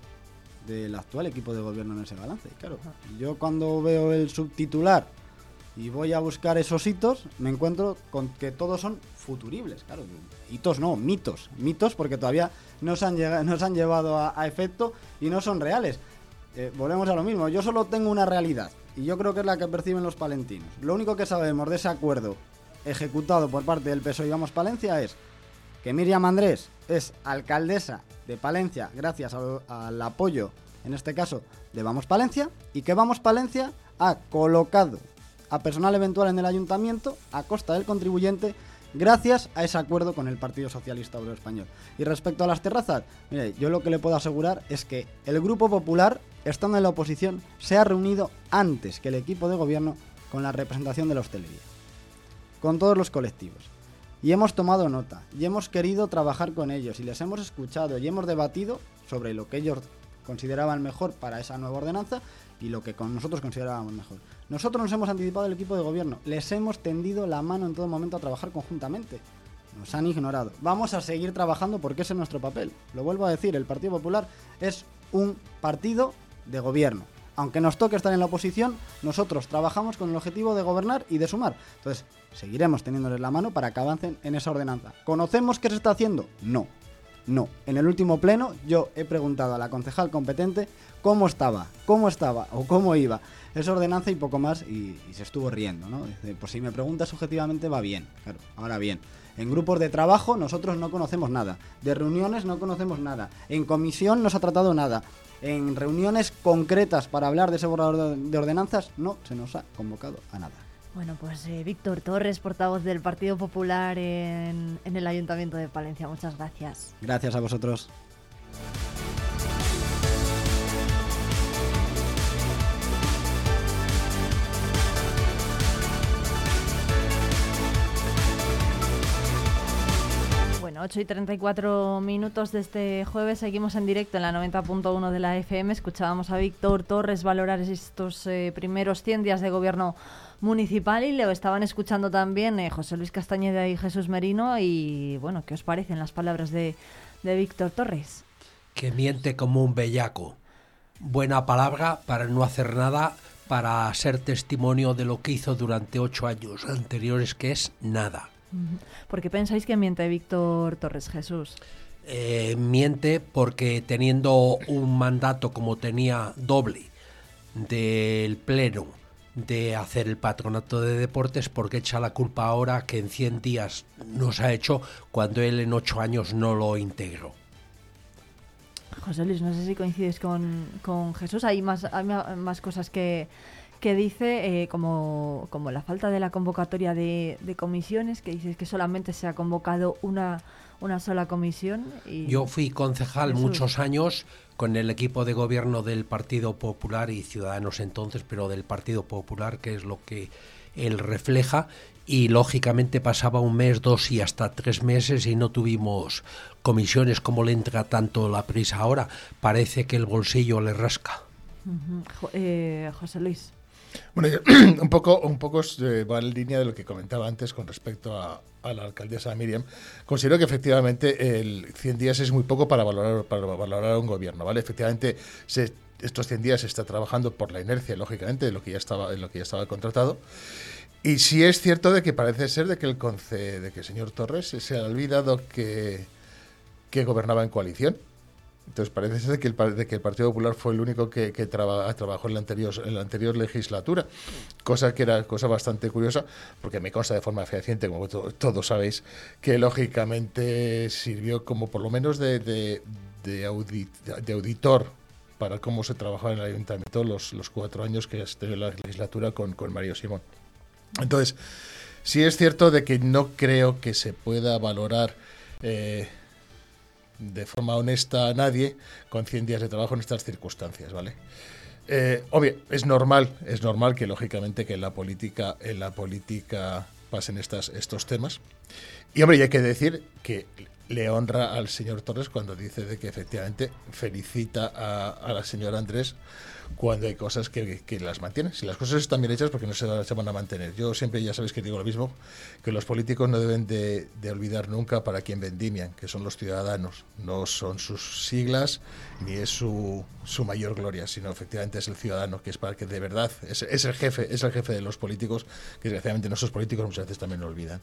del actual equipo de gobierno en ese balance. Y claro, yo cuando veo el subtitular y voy a buscar esos hitos, me encuentro con que todos son futuribles. Claro, hitos no, mitos. Mitos porque todavía no se han, llegado, no se han llevado a, a efecto y no son reales. Eh, volvemos a lo mismo, yo solo tengo una realidad y yo creo que es la que perciben los palentinos. Lo único que sabemos de ese acuerdo ejecutado por parte del P S O E y Vamos Palencia es que Míriam Andrés es alcaldesa de Palencia gracias a, al apoyo, en este caso, de Vamos Palencia, y que Vamos Palencia ha colocado a personal eventual en el ayuntamiento a costa del contribuyente gracias a ese acuerdo con el Partido Socialista Obrero Español. Y respecto a las terrazas, mire, yo lo que le puedo asegurar es que el Grupo Popular, estando en la oposición, se ha reunido antes que el equipo de gobierno con la representación de la hostelería, con todos los colectivos. Y hemos tomado nota, y hemos querido trabajar con ellos, y les hemos escuchado, y hemos debatido sobre lo que ellos consideraban mejor para esa nueva ordenanza y lo que con nosotros considerábamos mejor. Nosotros nos hemos anticipado al equipo de gobierno, les hemos tendido la mano en todo momento a trabajar conjuntamente. Nos han ignorado. Vamos a seguir trabajando porque ese es nuestro papel. Lo vuelvo a decir, el Partido Popular es un partido de gobierno. Aunque nos toque estar en la oposición, nosotros trabajamos con el objetivo de gobernar y de sumar. Entonces, seguiremos teniéndoles la mano para que avancen en esa ordenanza. ¿Conocemos qué se está haciendo? No. No. En el último pleno yo he preguntado a la concejal competente cómo estaba, cómo estaba o cómo iba esa ordenanza y poco más, y, y se estuvo riendo, ¿no? Dice, pues si me preguntas objetivamente va bien. Claro, ahora bien. En grupos de trabajo nosotros no conocemos nada. De reuniones no conocemos nada. En comisión no se ha tratado nada. En reuniones concretas para hablar de ese borrador de ordenanzas no se nos ha convocado a nada. Bueno, pues eh, Víctor Torres, portavoz del Partido Popular en, en el Ayuntamiento de Palencia. Muchas gracias. Gracias a vosotros. ocho y treinta y cuatro minutos de este jueves, seguimos en directo en la noventa punto uno de la F M. Escuchábamos a Víctor Torres valorar estos eh, primeros cien días de gobierno municipal y lo estaban escuchando también eh, José Luis Castañeda y Jesús Merino. Y bueno, ¿qué os parecen las palabras de, de Víctor Torres? Que miente como un bellaco. Buena palabra para no hacer nada, para ser testimonio de lo que hizo durante ocho años anteriores, que es nada. ¿Por qué pensáis que miente Víctor Torres, Jesús? Eh, miente porque teniendo un mandato como tenía doble del Pleno de hacer el patronato de deportes, porque echa la culpa ahora que en cien días no se ha hecho cuando él en ocho años no lo integró. José Luis, no sé si coincides con, con Jesús. Hay más, hay más cosas que... que dice eh, como, como la falta de la convocatoria de, de comisiones, que dices que solamente se ha convocado una, una sola comisión. Y yo fui concejal Jesús. muchos años con el equipo de gobierno del Partido Popular y Ciudadanos entonces, pero del Partido Popular, que es lo que él refleja, y lógicamente pasaba un mes, dos y hasta tres meses y no tuvimos comisiones. Como le entra tanto la prisa ahora, parece que el bolsillo le rasca. Uh-huh. eh, José Luis. Bueno, un poco, un poco eh, va en línea de lo que comentaba antes con respecto a, a la alcaldesa Míriam. Considero que efectivamente el cien días es muy poco para valorar, para valorar un gobierno, ¿vale? Efectivamente, se, estos cien días se está trabajando por la inercia, lógicamente, de lo que ya estaba, en lo que ya estaba contratado. Y sí es cierto de que parece ser de que el conce, de que el señor Torres se ha olvidado que, que gobernaba en coalición. Entonces parece ser de que, el, de que el Partido Popular fue el único que, que traba, trabajó en la, anterior, en la anterior legislatura, cosa que era cosa bastante curiosa, porque me consta de forma fehaciente, como to, todos sabéis, que lógicamente sirvió como por lo menos de, de, de, audit, de auditor para cómo se trabajaba en el ayuntamiento los, los cuatro años que estuvo la legislatura con, con Mario Simón. Entonces, sí es cierto de que no creo que se pueda valorar eh, de forma honesta a nadie con cien días de trabajo en estas circunstancias, ¿vale? Eh, obvio, es normal, es normal que lógicamente que en la política, en la política pasen estas, estos temas. Y hombre, y hay que decir que le honra al señor Torres cuando dice de que efectivamente felicita a, a la señora Andrés cuando hay cosas que, que las mantienen. Si las cosas están bien hechas, porque no se, se van a mantener. Yo siempre, ya sabéis que digo lo mismo, que los políticos no deben de, de olvidar nunca para quién vendimian, que son los ciudadanos. No son sus siglas, ni es su, su mayor gloria, sino efectivamente es el ciudadano, que es para que de verdad, es, es el jefe, es el jefe de los políticos, que desgraciadamente nuestros políticos muchas veces también lo olvidan.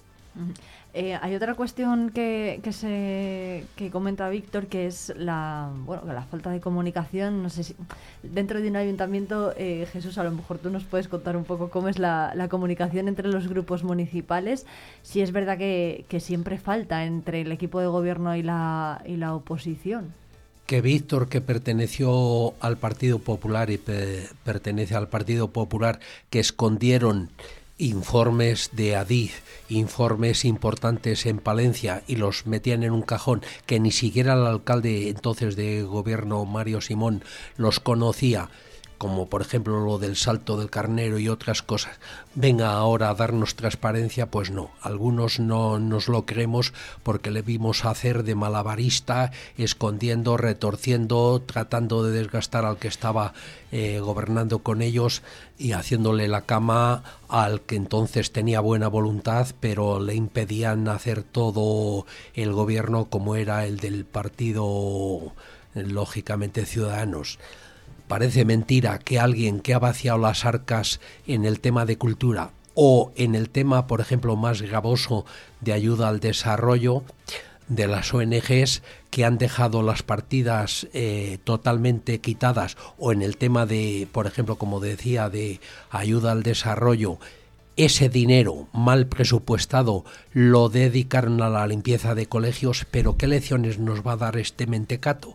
Eh, hay otra cuestión que, que se que comenta Víctor, que es la bueno la falta de comunicación. No sé si dentro de un ayuntamiento, eh, Jesús, a lo mejor tú nos puedes contar un poco cómo es la, la comunicación entre los grupos municipales. Si es verdad que, que siempre falta entre el equipo de gobierno y la y la oposición. Que Víctor, que perteneció al Partido Popular y pe- pertenece al Partido Popular, que escondieron informes de Adif, informes importantes en Palencia y los metían en un cajón que ni siquiera el alcalde entonces de gobierno, Mario Simón, los conocía, como por ejemplo lo del Salto del Carnero y otras cosas, venga ahora a darnos transparencia, pues no, algunos no nos lo creemos porque le vimos hacer de malabarista, escondiendo, retorciendo, tratando de desgastar al que estaba eh, gobernando con ellos y haciéndole la cama al que entonces tenía buena voluntad, pero le impedían hacer todo el gobierno como era el del partido, lógicamente, Ciudadanos. Parece mentira que alguien que ha vaciado las arcas en el tema de cultura o en el tema, por ejemplo, más gravoso de ayuda al desarrollo de las O N Ges, que han dejado las partidas eh, totalmente quitadas, o en el tema de, por ejemplo, como decía, de ayuda al desarrollo, ese dinero mal presupuestado lo dedicaron a la limpieza de colegios, pero ¿qué lecciones nos va a dar este mentecato?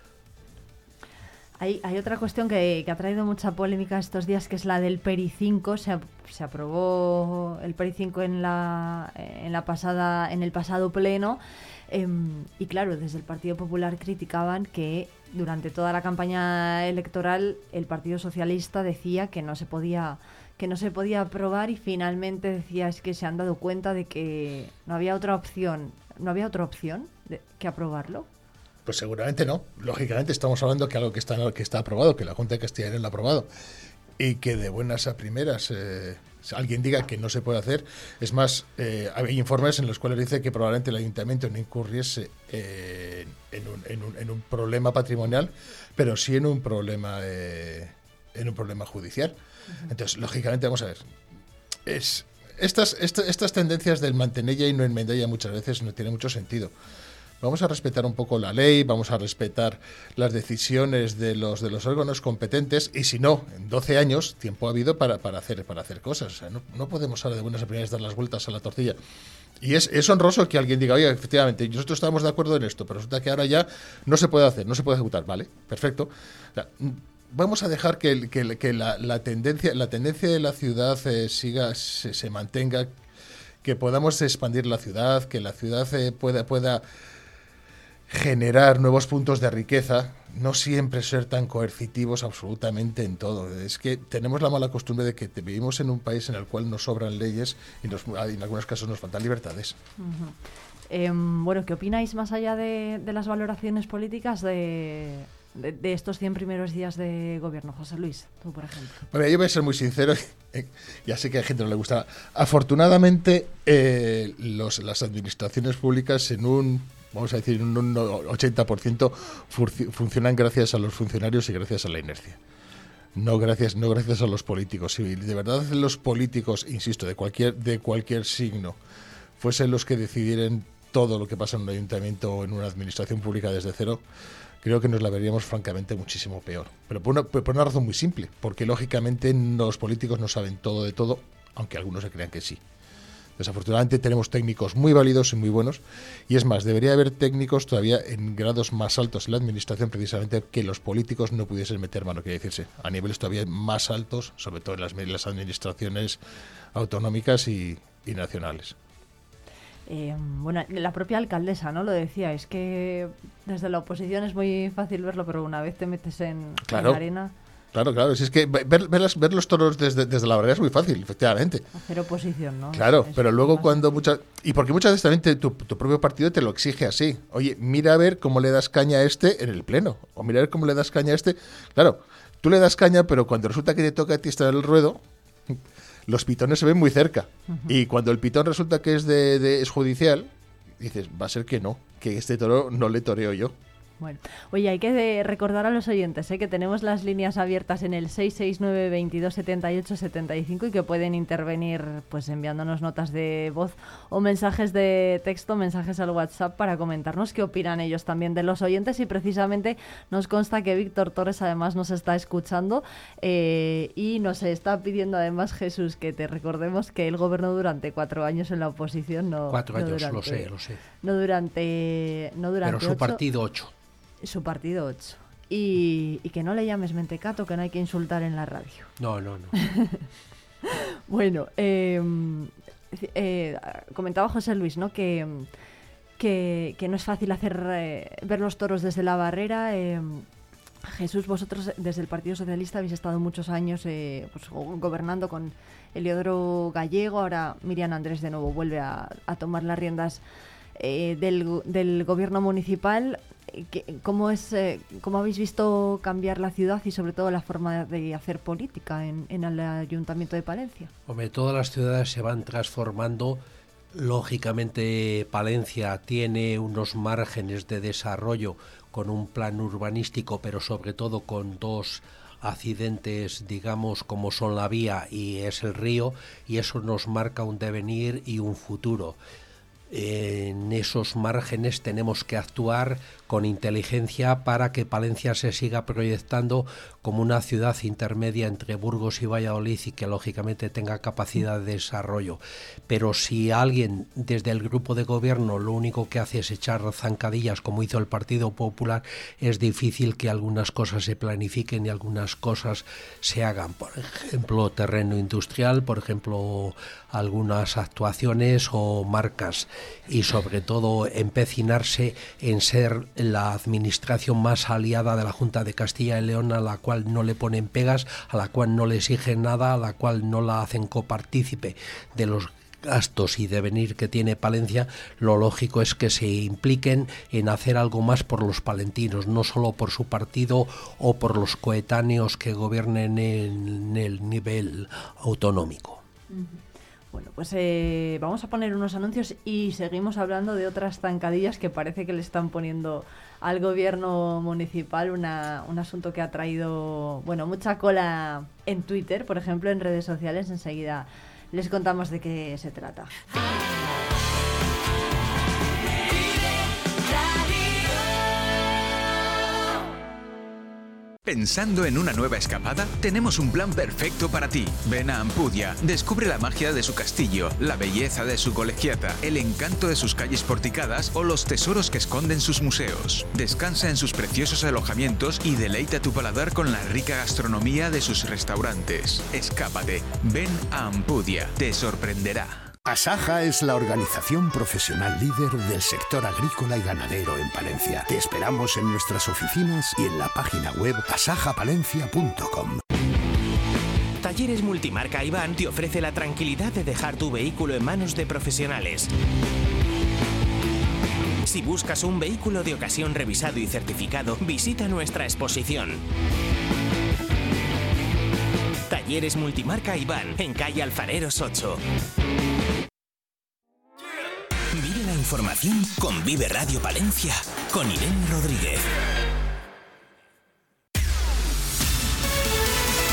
Hay, hay otra cuestión que, que ha traído mucha polémica estos días, que es la del PERI cinco. Se, se aprobó el PERI cinco en la, en la pasada, en el pasado pleno, eh, y claro, desde el Partido Popular criticaban que durante toda la campaña electoral el Partido Socialista decía que no se podía que no se podía aprobar, y finalmente decía es que se han dado cuenta de que no había otra opción, no había otra opción de, que aprobarlo. Pues seguramente no. Lógicamente estamos hablando que algo que está, que está aprobado, que la Junta de Castilla y León lo ha aprobado, y que de buenas a primeras eh, alguien diga que no se puede hacer. Es más, eh, hay informes en los cuales dice que probablemente el ayuntamiento no incurriese eh, en, un, en, un, en un problema patrimonial, pero sí en un problema eh, en un problema judicial. Uh-huh. Entonces, lógicamente, vamos a ver. Es, estas, esta, estas tendencias del mantenella y no enmendalla muchas veces no tienen mucho sentido. Vamos a respetar un poco la ley, vamos a respetar las decisiones de los de los órganos competentes, y si no, en doce años tiempo ha habido para, para hacer para hacer cosas. O sea, no, no podemos ahora de buenas a primeras dar las vueltas a la tortilla. Y es, es honroso que alguien diga, oye, efectivamente, nosotros estábamos de acuerdo en esto, pero resulta que ahora ya no se puede hacer, no se puede ejecutar. Vale, perfecto. O sea, vamos a dejar que, que, que la, la tendencia la tendencia de la ciudad eh, siga se, se mantenga, que podamos expandir la ciudad, que la ciudad eh, pueda pueda generar nuevos puntos de riqueza, no siempre ser tan coercitivos absolutamente en todo. Es que tenemos la mala costumbre de que vivimos en un país en el cual nos sobran leyes y nos, en algunos casos nos faltan libertades. Uh-huh. Eh, bueno, ¿qué opináis más allá de, de las valoraciones políticas de, de, de estos cien primeros días de gobierno? José Luis, tú, por ejemplo. Bueno, yo voy a ser muy sincero, ya sé que a gente no le gusta. Afortunadamente, eh, los, las administraciones públicas en un vamos a decir, un ochenta por ciento funcionan gracias a los funcionarios y gracias a la inercia. No gracias, no gracias a los políticos. Si de verdad los políticos, insisto, de cualquier, de cualquier signo, fuesen los que decidieran todo lo que pasa en un ayuntamiento o en una administración pública desde cero, creo que nos la veríamos francamente muchísimo peor. Pero por una, por una razón muy simple, porque lógicamente los políticos no saben todo de todo, aunque algunos se crean que sí. Desafortunadamente tenemos técnicos muy válidos y muy buenos, y es más, debería haber técnicos todavía en grados más altos en la administración, precisamente que los políticos no pudiesen meter mano, quiere decirse, a niveles todavía más altos, sobre todo en las, en las administraciones autonómicas y, y nacionales. Eh, bueno, la propia alcaldesa, ¿no? Lo decía, es que desde la oposición es muy fácil verlo, pero una vez te metes en, claro. en la arena... Claro, claro, si es que ver, ver, las, ver los toros desde, desde la barrera es muy fácil, efectivamente. Hacer oposición, ¿no? Claro, es pero luego más... cuando muchas... Y porque muchas veces también te, tu, tu propio partido te lo exige así. Oye, mira a ver cómo le das caña a este en el pleno, o mira a ver cómo le das caña a este... Claro, tú le das caña, pero cuando resulta que te toca a ti estar en el ruedo, los pitones se ven muy cerca. Uh-huh. Y cuando el pitón resulta que es, de, de, es judicial, dices, va a ser que no, que este toro no le toreo yo. Bueno, oye, hay que recordar a los oyentes ¿eh? que tenemos las líneas abiertas en el seis seis nueve, veintidós, setenta y ocho, setenta y cinco y que pueden intervenir pues enviándonos notas de voz o mensajes de texto, mensajes al WhatsApp para comentarnos qué opinan ellos también de los oyentes, y precisamente nos consta que Víctor Torres además nos está escuchando eh, y nos está pidiendo además, Jesús, que te recordemos que él gobernó durante cuatro años en la oposición. No, cuatro no años, durante, lo sé, lo sé. No durante, no durante Pero su ocho, partido ocho. Su partido ocho. Y, y que no le llames mentecato, que no hay que insultar en la radio. No, no, no. Bueno, eh, eh, comentaba José Luis, ¿no? Que, que, que no es fácil hacer eh, ver los toros desde la barrera. Eh, Jesús, vosotros desde el Partido Socialista habéis estado muchos años eh, pues, gobernando con Eliodoro Gallego. Ahora Miriam Andrés de nuevo vuelve a, a tomar las riendas eh, del, del gobierno municipal. ¿Cómo es, eh, cómo habéis visto cambiar la ciudad y sobre todo la forma de hacer política en, en el Ayuntamiento de Palencia? Hombre, todas las ciudades se van transformando. Lógicamente Palencia tiene unos márgenes de desarrollo con un plan urbanístico, pero sobre todo con dos accidentes, digamos, como son la vía y es el río, y eso nos marca un devenir y un futuro. En esos márgenes tenemos que actuar con inteligencia para que Palencia se siga proyectando como una ciudad intermedia entre Burgos y Valladolid y que lógicamente tenga capacidad de desarrollo. Pero si alguien desde el grupo de gobierno lo único que hace es echar zancadillas como hizo el Partido Popular, es difícil que algunas cosas se planifiquen y algunas cosas se hagan. Por ejemplo, terreno industrial, por ejemplo, algunas actuaciones o marcas, y sobre todo empecinarse en ser la administración más aliada de la Junta de Castilla y León, a la cual no le ponen pegas, a la cual no le exigen nada, a la cual no la hacen copartícipe de los gastos y devenir que tiene Palencia. Lo lógico es que se impliquen en hacer algo más por los palentinos, no solo por su partido o por los coetáneos que gobiernen en el nivel autonómico. Bueno, pues eh, vamos a poner unos anuncios y seguimos hablando de otras zancadillas que parece que le están poniendo al gobierno municipal, una, un asunto que ha traído, bueno, mucha cola en Twitter, por ejemplo, en redes sociales. Enseguida les contamos de qué se trata. ¿Pensando en una nueva escapada? Tenemos un plan perfecto para ti. Ven a Ampudia, descubre la magia de su castillo, la belleza de su colegiata, el encanto de sus calles porticadas o los tesoros que esconden sus museos. Descansa en sus preciosos alojamientos y deleita tu paladar con la rica gastronomía de sus restaurantes. Escápate, ven a Ampudia, te sorprenderá. Asaja es la organización profesional líder del sector agrícola y ganadero en Palencia. Te esperamos en nuestras oficinas y en la página web asaja palencia punto com. Talleres Multimarca Iván te ofrece la tranquilidad de dejar tu vehículo en manos de profesionales. Si buscas un vehículo de ocasión revisado y certificado, visita nuestra exposición. Talleres Multimarca Iván, en calle Alfareros ocho. Vive la información con Vive Radio Palencia, con Irene Rodríguez.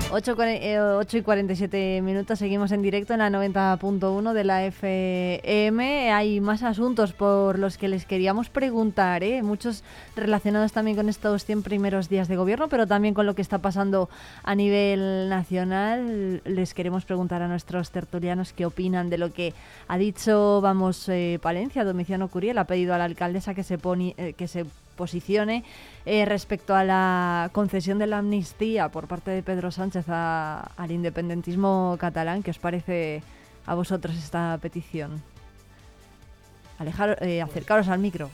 ocho y cuarenta y siete minutos, seguimos en directo en la noventa punto uno de la F M. Hay más asuntos por los que les queríamos preguntar, ¿eh? Muchos relacionados también con estos cien primeros días de gobierno, pero también con lo que está pasando a nivel nacional. Les queremos preguntar a nuestros tertulianos qué opinan de lo que ha dicho Vamos eh, Palencia. Domiciano Curiel ha pedido a la alcaldesa que se, pone, eh, que se posicione eh, respecto a la concesión de la amnistía por parte de Pedro Sánchez a, al independentismo catalán. ¿Qué os parece a vosotros esta petición? Alejar, eh, acercaros al micro.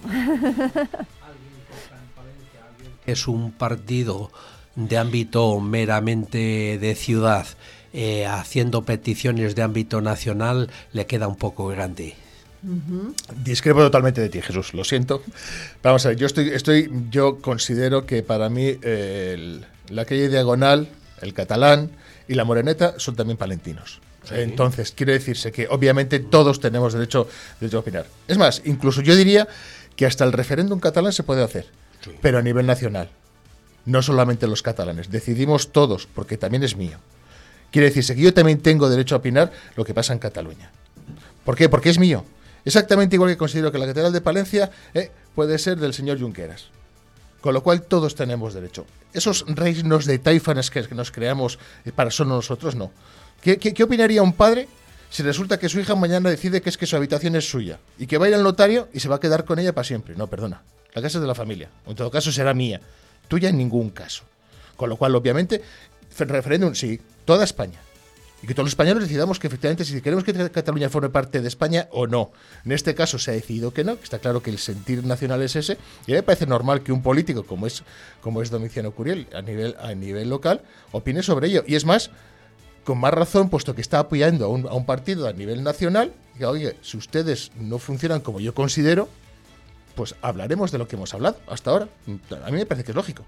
Es un partido de ámbito meramente de ciudad, eh, haciendo peticiones de ámbito nacional, le queda un poco grande. Uh-huh. Discrepo totalmente de ti, Jesús, lo siento. Vamos a ver, yo estoy, estoy, yo considero que para mí eh, el, la calle Diagonal, el Catalán y la Moreneta son también palentinos. Sí. Entonces, quiere decirse que obviamente todos tenemos derecho, derecho a opinar. Es más, incluso yo diría que hasta el referéndum catalán se puede hacer, sí, pero a nivel nacional. No solamente los catalanes, decidimos todos, porque también es mío. Quiere decirse que yo también tengo derecho a opinar lo que pasa en Cataluña. ¿Por qué? Porque es mío. Exactamente igual que considero que la Catedral de Palencia eh, puede ser del señor Junqueras. Con lo cual todos tenemos derecho. Esos reinos de taifanes que, que nos creamos eh, para solo nosotros, no. ¿Qué, qué, ¿Qué opinaría un padre si resulta que su hija mañana decide que es que su habitación es suya y que va a ir al notario y se va a quedar con ella para siempre? No, perdona. La casa es de la familia. O en todo caso será mía. Tuya en ningún caso. Con lo cual, obviamente, referéndum, sí, toda España. Y que todos los españoles decidamos que efectivamente si queremos que Cataluña forme parte de España o no. En este caso se ha decidido que no, que está claro que el sentir nacional es ese, y a mí me parece normal que un político como es como es Domiciano Curiel a nivel a nivel local opine sobre ello. Y es más, con más razón, puesto que está apoyando a un, a un partido a nivel nacional, y diga, oye, si ustedes no funcionan como yo considero, pues hablaremos de lo que hemos hablado hasta ahora. A mí me parece que es lógico.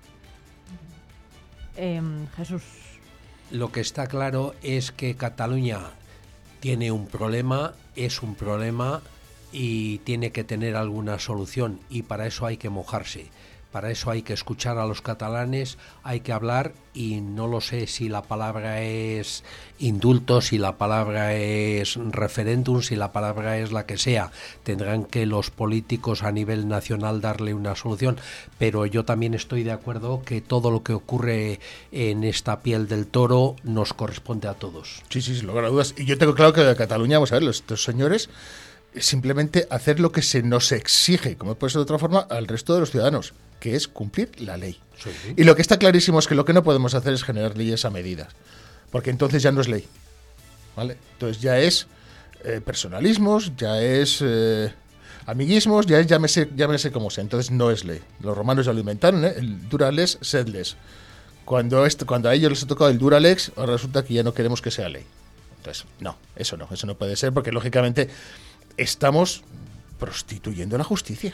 Eh, Jesús. Lo que está claro es que Cataluña tiene un problema, es un problema y tiene que tener alguna solución, y para eso hay que mojarse, para eso hay que escuchar a los catalanes, hay que hablar, y no lo sé si la palabra es indulto, si la palabra es referéndum, si la palabra es la que sea. Tendrán que los políticos a nivel nacional darle una solución, pero yo también estoy de acuerdo que todo lo que ocurre en esta piel del toro nos corresponde a todos. Sí, sí, sin lugar a dudas. Y yo tengo claro que de Cataluña, vamos a ver, estos señores simplemente hacer lo que se nos exige, como puede ser de otra forma, al resto de los ciudadanos, que es cumplir la ley. Sí. Y lo que está clarísimo es que lo que no podemos hacer es generar leyes a medidas, porque entonces ya no es ley, ¿vale? Entonces ya es eh, personalismos, ya es eh, amiguismos, ya es llámese, llámese como sea, entonces no es ley. Los romanos ya lo inventaron, ¿eh? El dura lex, sed lex. Cuando, esto, cuando a ellos les ha tocado el dura lex, ahora resulta que ya no queremos que sea ley. Entonces, no, eso no, eso no puede ser, porque lógicamente estamos prostituyendo la justicia.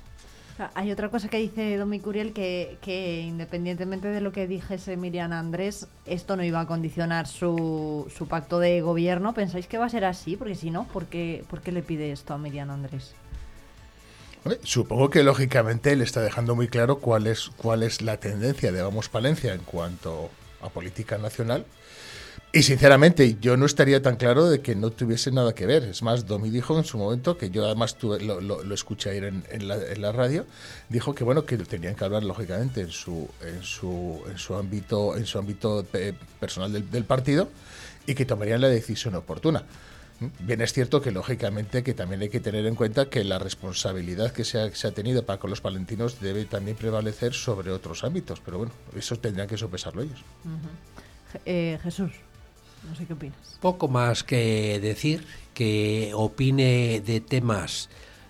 Hay otra cosa que dice Domi Curiel, que, que independientemente de lo que dijese Miriam Andrés, esto no iba a condicionar su, su pacto de gobierno. ¿Pensáis que va a ser así? Porque si no, ¿por qué, por qué le pide esto a Miriam Andrés? Bueno, supongo que lógicamente él está dejando muy claro cuál es, cuál es la tendencia de Vamos Palencia en cuanto a política nacional. Y sinceramente yo no estaría tan claro de que no tuviese nada que ver. Es más, Domi dijo en su momento, que yo además tuve, lo, lo, lo escuché ayer en, en, la, en la radio, dijo que bueno, que tenían que hablar lógicamente en su en su en su ámbito en su ámbito eh, personal del, del partido, y que tomarían la decisión oportuna. Bien, es cierto que lógicamente que también hay que tener en cuenta que la responsabilidad que se ha, se ha tenido para con los palentinos debe también prevalecer sobre otros ámbitos, pero bueno, eso tendrían que sopesarlo ellos. Uh-huh. eh, Jesús. No sé qué opinas. Poco más que decir, que opine de temas,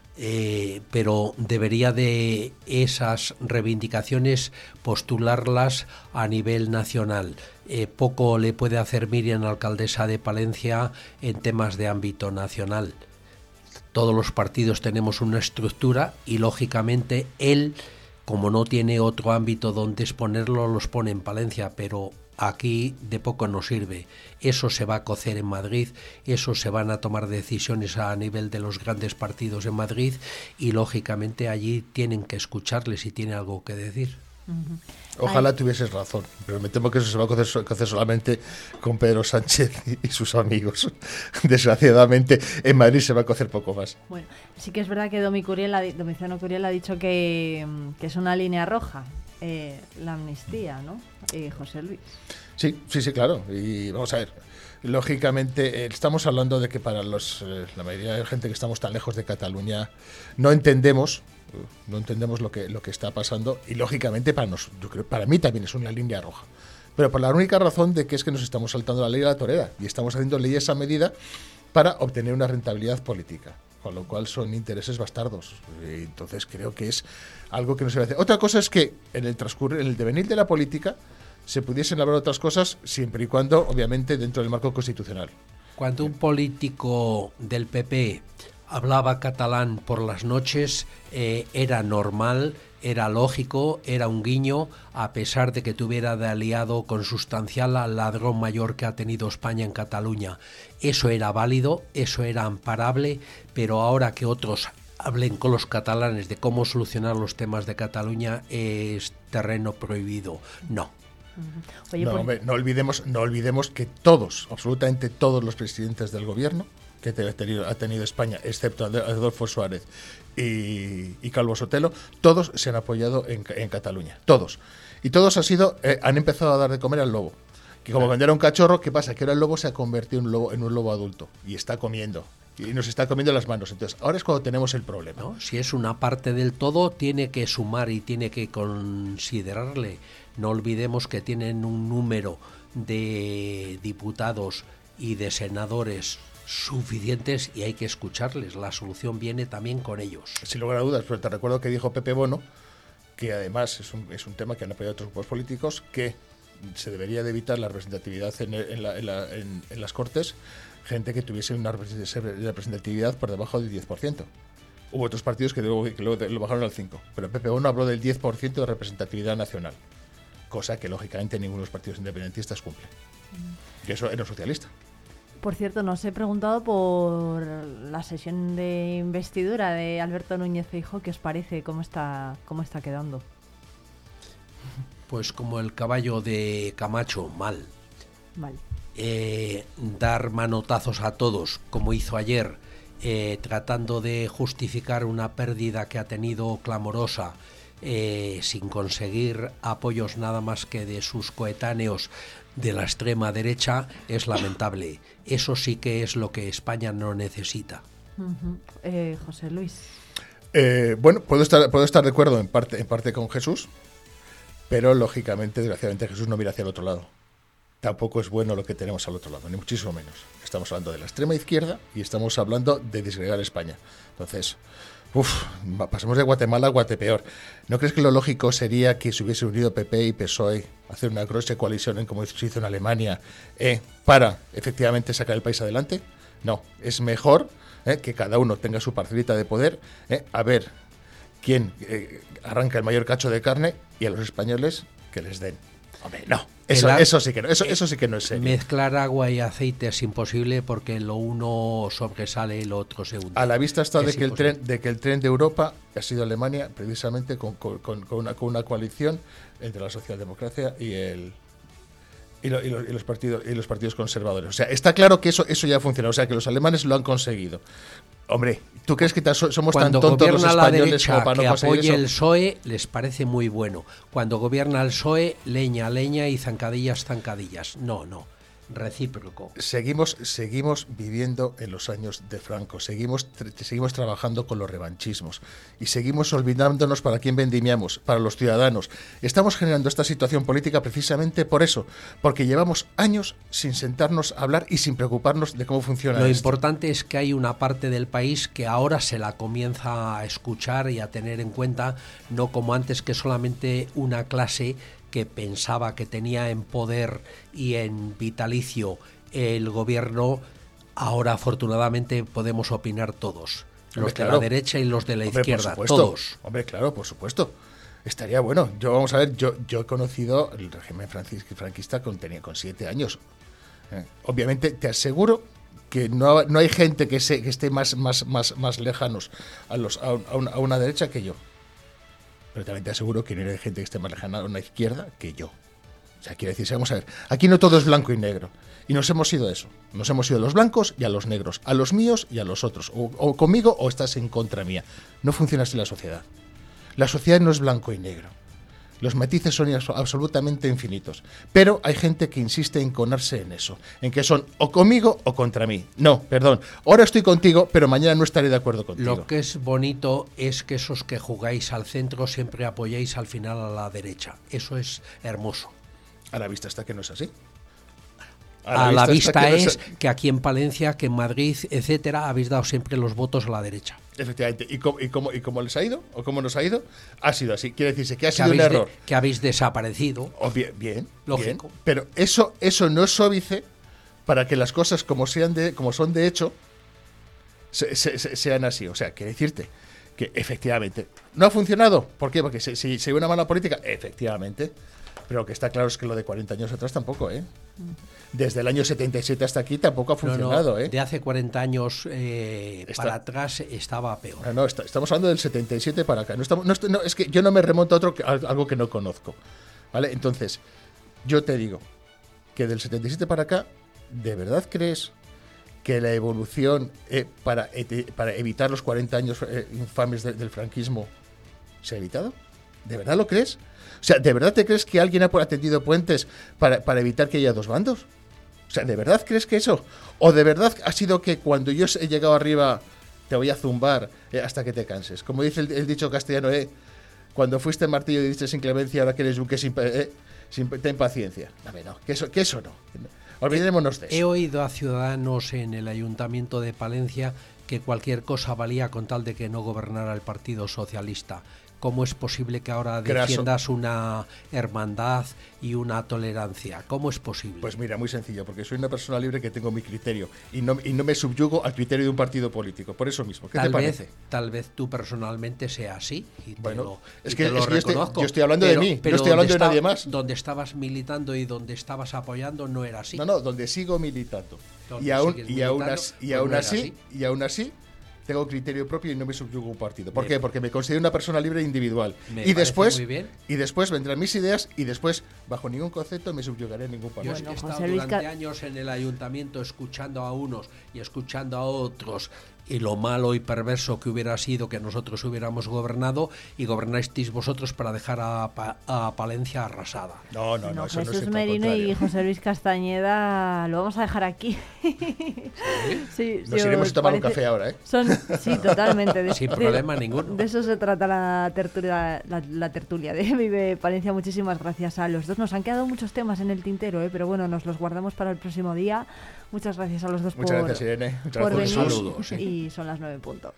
eh, pero debería de esas reivindicaciones postularlas a nivel nacional. Eh, poco le puede hacer Miriam, alcaldesa de Palencia, en temas de ámbito nacional. Todos los partidos tenemos una estructura y, lógicamente, él, como no tiene otro ámbito donde exponerlo, los pone en Palencia, pero aquí de poco nos sirve. Eso se va a cocer en Madrid, eso se van a tomar decisiones a nivel de los grandes partidos en Madrid, y lógicamente allí tienen que escucharle si tiene algo que decir. Uh-huh. Ojalá Ay. tuvieses razón, pero me temo que eso se va a hacer, hacer solamente con Pedro Sánchez y sus amigos. Desgraciadamente, en Madrid se va a cocer poco más. Bueno, sí que es verdad que Domi Curiel, ha, Domiciano Curiel ha dicho que, que es una línea roja, eh, la amnistía, ¿no? Eh, José Luis. Sí, sí, sí, claro. Y vamos a ver. Lógicamente, eh, estamos hablando de que para los, eh, la mayoría de la gente que estamos tan lejos de Cataluña no entendemos, no entendemos lo que lo que está pasando y lógicamente para nos, yo creo, para mí también es una línea roja. Pero por la única razón de que es que nos estamos saltando la ley de la torera y estamos haciendo leyes a medida para obtener una rentabilidad política, con lo cual son intereses bastardos. Y entonces creo que es algo que no se debe hacer. Otra cosa es que en el transcurrir, en el devenir de la política se pudiesen hablar otras cosas siempre y cuando, obviamente, dentro del marco constitucional. Cuando un político del P P hablaba catalán por las noches, eh, era normal, era lógico, era un guiño, a pesar de que tuviera de aliado consustancial al ladrón mayor que ha tenido España en Cataluña. Eso era válido, eso era amparable, pero ahora que otros hablen con los catalanes de cómo solucionar los temas de Cataluña es terreno prohibido. No. Oye, no, pues... hombre, no olvidemos, no olvidemos que todos, absolutamente todos los presidentes del gobierno que ha tenido, ha tenido España, excepto Adolfo Suárez y, y Calvo Sotelo, todos se han apoyado en, en Cataluña, todos. Y todos ha sido, eh, han empezado a dar de comer al lobo. Que como vender a un cachorro, ¿qué pasa? Que ahora el lobo se ha convertido en un lobo, en un lobo adulto y está comiendo. Y nos está comiendo las manos. Entonces, ahora es cuando tenemos el problema. ¿No? Si es una parte del todo, tiene que sumar y tiene que considerarle. No olvidemos que tienen un número de diputados y de senadores suficientes y hay que escucharles. La solución viene también con ellos. Sin lugar a dudas, pero te recuerdo que dijo Pepe Bono, que además es un, es un tema que han apoyado otros grupos políticos, que se debería de evitar la representatividad en, en, la, en, la, en, en las Cortes, gente que tuviese una representatividad por debajo del diez por ciento. Hubo otros partidos que luego, que luego lo bajaron al cinco por ciento, pero Pepe Bono habló del diez por ciento de representatividad nacional, cosa que lógicamente ninguno de los partidos independentistas cumple. Mm. Y eso era un socialista. Por cierto, nos he preguntado por la sesión de investidura de Alberto Núñez Feijóo. ¿Qué os parece? ¿Cómo está, cómo está quedando? Pues como el caballo de Camacho, mal. Mal. Eh, dar manotazos a todos, como hizo ayer, eh, tratando de justificar una pérdida que ha tenido clamorosa, eh, sin conseguir apoyos nada más que de sus coetáneos de la extrema derecha, es lamentable. Eso sí que es lo que España no necesita. Uh-huh. eh, José Luis. Eh, bueno, puedo estar, puedo estar de acuerdo en parte, en parte con Jesús, pero lógicamente, desgraciadamente, Jesús no mira hacia el otro lado. Tampoco es bueno lo que tenemos al otro lado, ni muchísimo menos. Estamos hablando de la extrema izquierda y estamos hablando de disgregar España. Entonces, uff, pasamos de Guatemala a Guatepeor. ¿No crees que lo lógico sería que se hubiese unido P P y P S O E, hacer una grosse coalición como se hizo en Alemania, eh, para efectivamente sacar el país adelante? No, es mejor eh, que cada uno tenga su parcelita de poder, eh, a ver quién eh, arranca el mayor cacho de carne y a los españoles que les den. Hombre, no, eso, El, eso, sí que no, eso, eso sí que no es serio. Mezclar agua y aceite es imposible porque lo uno sobresale y lo otro se hunde. A la vista está de que, el imposible. tren, de que el tren de Europa ha sido Alemania, precisamente con, con, con, una, con una coalición entre la socialdemocracia y el y, lo, y, los, y los partidos y los partidos conservadores. O sea, está claro que eso eso ya funciona. O sea, que los alemanes lo han conseguido. Hombre, ¿tú crees que ta, somos Cuando tan tontos los gobierna españoles la como para que no conseguir apoye eso? el P S O E les parece muy bueno. Cuando gobierna el P S O E, leña, leña y zancadillas, zancadillas. No, no. Recíproco. Seguimos, seguimos viviendo en los años de Franco, seguimos, seguimos trabajando con los revanchismos y seguimos olvidándonos para quién vendimiamos, para los ciudadanos. Estamos generando esta situación política precisamente por eso, porque llevamos años sin sentarnos a hablar y sin preocuparnos de cómo funciona Lo esto. importante es que hay una parte del país que ahora se la comienza a escuchar y a tener en cuenta, no como antes que solamente una clase que pensaba que tenía en poder y en vitalicio el gobierno. Ahora afortunadamente podemos opinar todos, Hombre, los claro. de la derecha y los de la Hombre, izquierda, por supuesto. todos. Hombre, claro, por supuesto. Estaría bueno. Yo vamos a ver, yo yo he conocido el régimen franquista con tenía con siete años. Eh, obviamente te aseguro que no, no hay gente que se que esté más más más más lejanos a los a, un, a, una, a una derecha que yo. pero también te aseguro que no hay gente que esté más lejana a una izquierda que yo. O sea, quiero decir, vamos a ver, aquí no todo es blanco y negro. Y nos hemos ido eso. Nos hemos ido a los blancos y a los negros, a los míos y a los otros. O, o conmigo o estás en contra mía. No funciona así la sociedad. La sociedad no es blanco y negro. Los matices son absolutamente infinitos. Pero hay gente que insiste en conarse en eso. En que son o conmigo o contra mí. No, perdón. Ahora estoy contigo, pero mañana no estaré de acuerdo contigo. Lo que es bonito es que esos que jugáis al centro siempre apoyáis al final a la derecha. Eso es hermoso. A la vista está que no es así. A, a la vista, la vista que es no es... que aquí en Palencia, que en Madrid, etcétera, habéis dado siempre los votos a la derecha. Efectivamente. ¿Y cómo, y cómo, y cómo les ha ido? ¿O cómo nos ha ido? Ha sido así. Quiere decirse que ha sido un error. De, que habéis desaparecido. Oh, bien, bien. Lógico. Bien. Pero eso, eso no es óbice para que las cosas como, sean de, como son de hecho se, se, se, sean así. O sea, quiere decirte que efectivamente no ha funcionado. ¿Por qué? Porque si se, se, se ve una mala política. Efectivamente. Pero lo que está claro es que lo de cuarenta años atrás tampoco, ¿eh? Desde el año setenta y siete hasta aquí tampoco ha funcionado, no, no, ¿eh? De hace cuarenta años eh, está, para atrás estaba peor. No, no está, estamos hablando del setenta y siete para acá. No estamos, no, no, es que yo no me remonto a otro a algo que no conozco, ¿vale? Entonces, yo te digo que del setenta y siete para acá, ¿de verdad crees que la evolución eh, para, eh, para evitar los cuarenta años eh, infames de, del franquismo se ha evitado? ¿De verdad lo crees? O sea, ¿de verdad te crees que alguien ha atendido puentes para, para evitar que haya dos bandos? O sea, ¿de verdad crees que eso? ¿O de verdad ha sido que cuando yo he llegado arriba te voy a zumbar eh, hasta que te canses? Como dice el, el dicho castellano, eh, cuando fuiste martillo y diste sin clemencia, ahora que eres yunque sin, eh, sin, ten paciencia. A ver, no, que eso, que eso no. Olvidémonos de eso. He oído a ciudadanos en el Ayuntamiento de Palencia que cualquier cosa valía con tal de que no gobernara el Partido Socialista. ¿Cómo es posible que ahora defiendas Graso. una hermandad y una tolerancia? ¿Cómo es posible? Pues mira, muy sencillo, porque soy una persona libre que tengo mi criterio y no, y no me subyugo al criterio de un partido político. Por eso mismo, ¿qué tal te vez, parece? Tal vez tú personalmente sea así. Y bueno, lo, es y que, te lo es que yo, estoy, yo estoy hablando pero, de mí, pero no estoy hablando de está, nadie más. Donde estabas militando y donde estabas apoyando no era así. No, no, donde sigo militando. Y aún, y, aún así, y, aún así, así, y aún así tengo criterio propio y no me subyugo a un partido. ¿Por me, qué? Porque me considero una persona libre e individual. Y después, muy bien. y después vendrán mis ideas y después, bajo ningún concepto, me subyugaré a ningún partido. Yo he estado durante años en el ayuntamiento escuchando a unos y escuchando a otros y lo malo y perverso que hubiera sido que nosotros hubiéramos gobernado y gobernasteis vosotros para dejar a, pa, a Palencia arrasada. No, no, no. no eso Jesús no es Merino y José Luis Castañeda lo vamos a dejar aquí. ¿Sí? Sí, Nos iremos a tomar parece... un café ahora, ¿eh? Son, sí, totalmente. De, Sin de, problema ninguno. De eso se trata la tertulia, la, la tertulia de Vive Palencia. Muchísimas gracias a los dos. Nos han quedado muchos temas en el tintero, ¿eh? Pero bueno, nos los guardamos para el próximo día. Muchas gracias a los dos Muchas por, gracias, Irene. Muchas por gracias. venir. Saludos, sí. Y son las nueve en punto.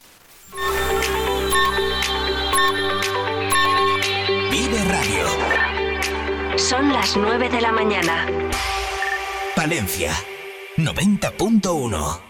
Vive Radio. Son las nueve de la mañana. Palencia, noventa punto uno.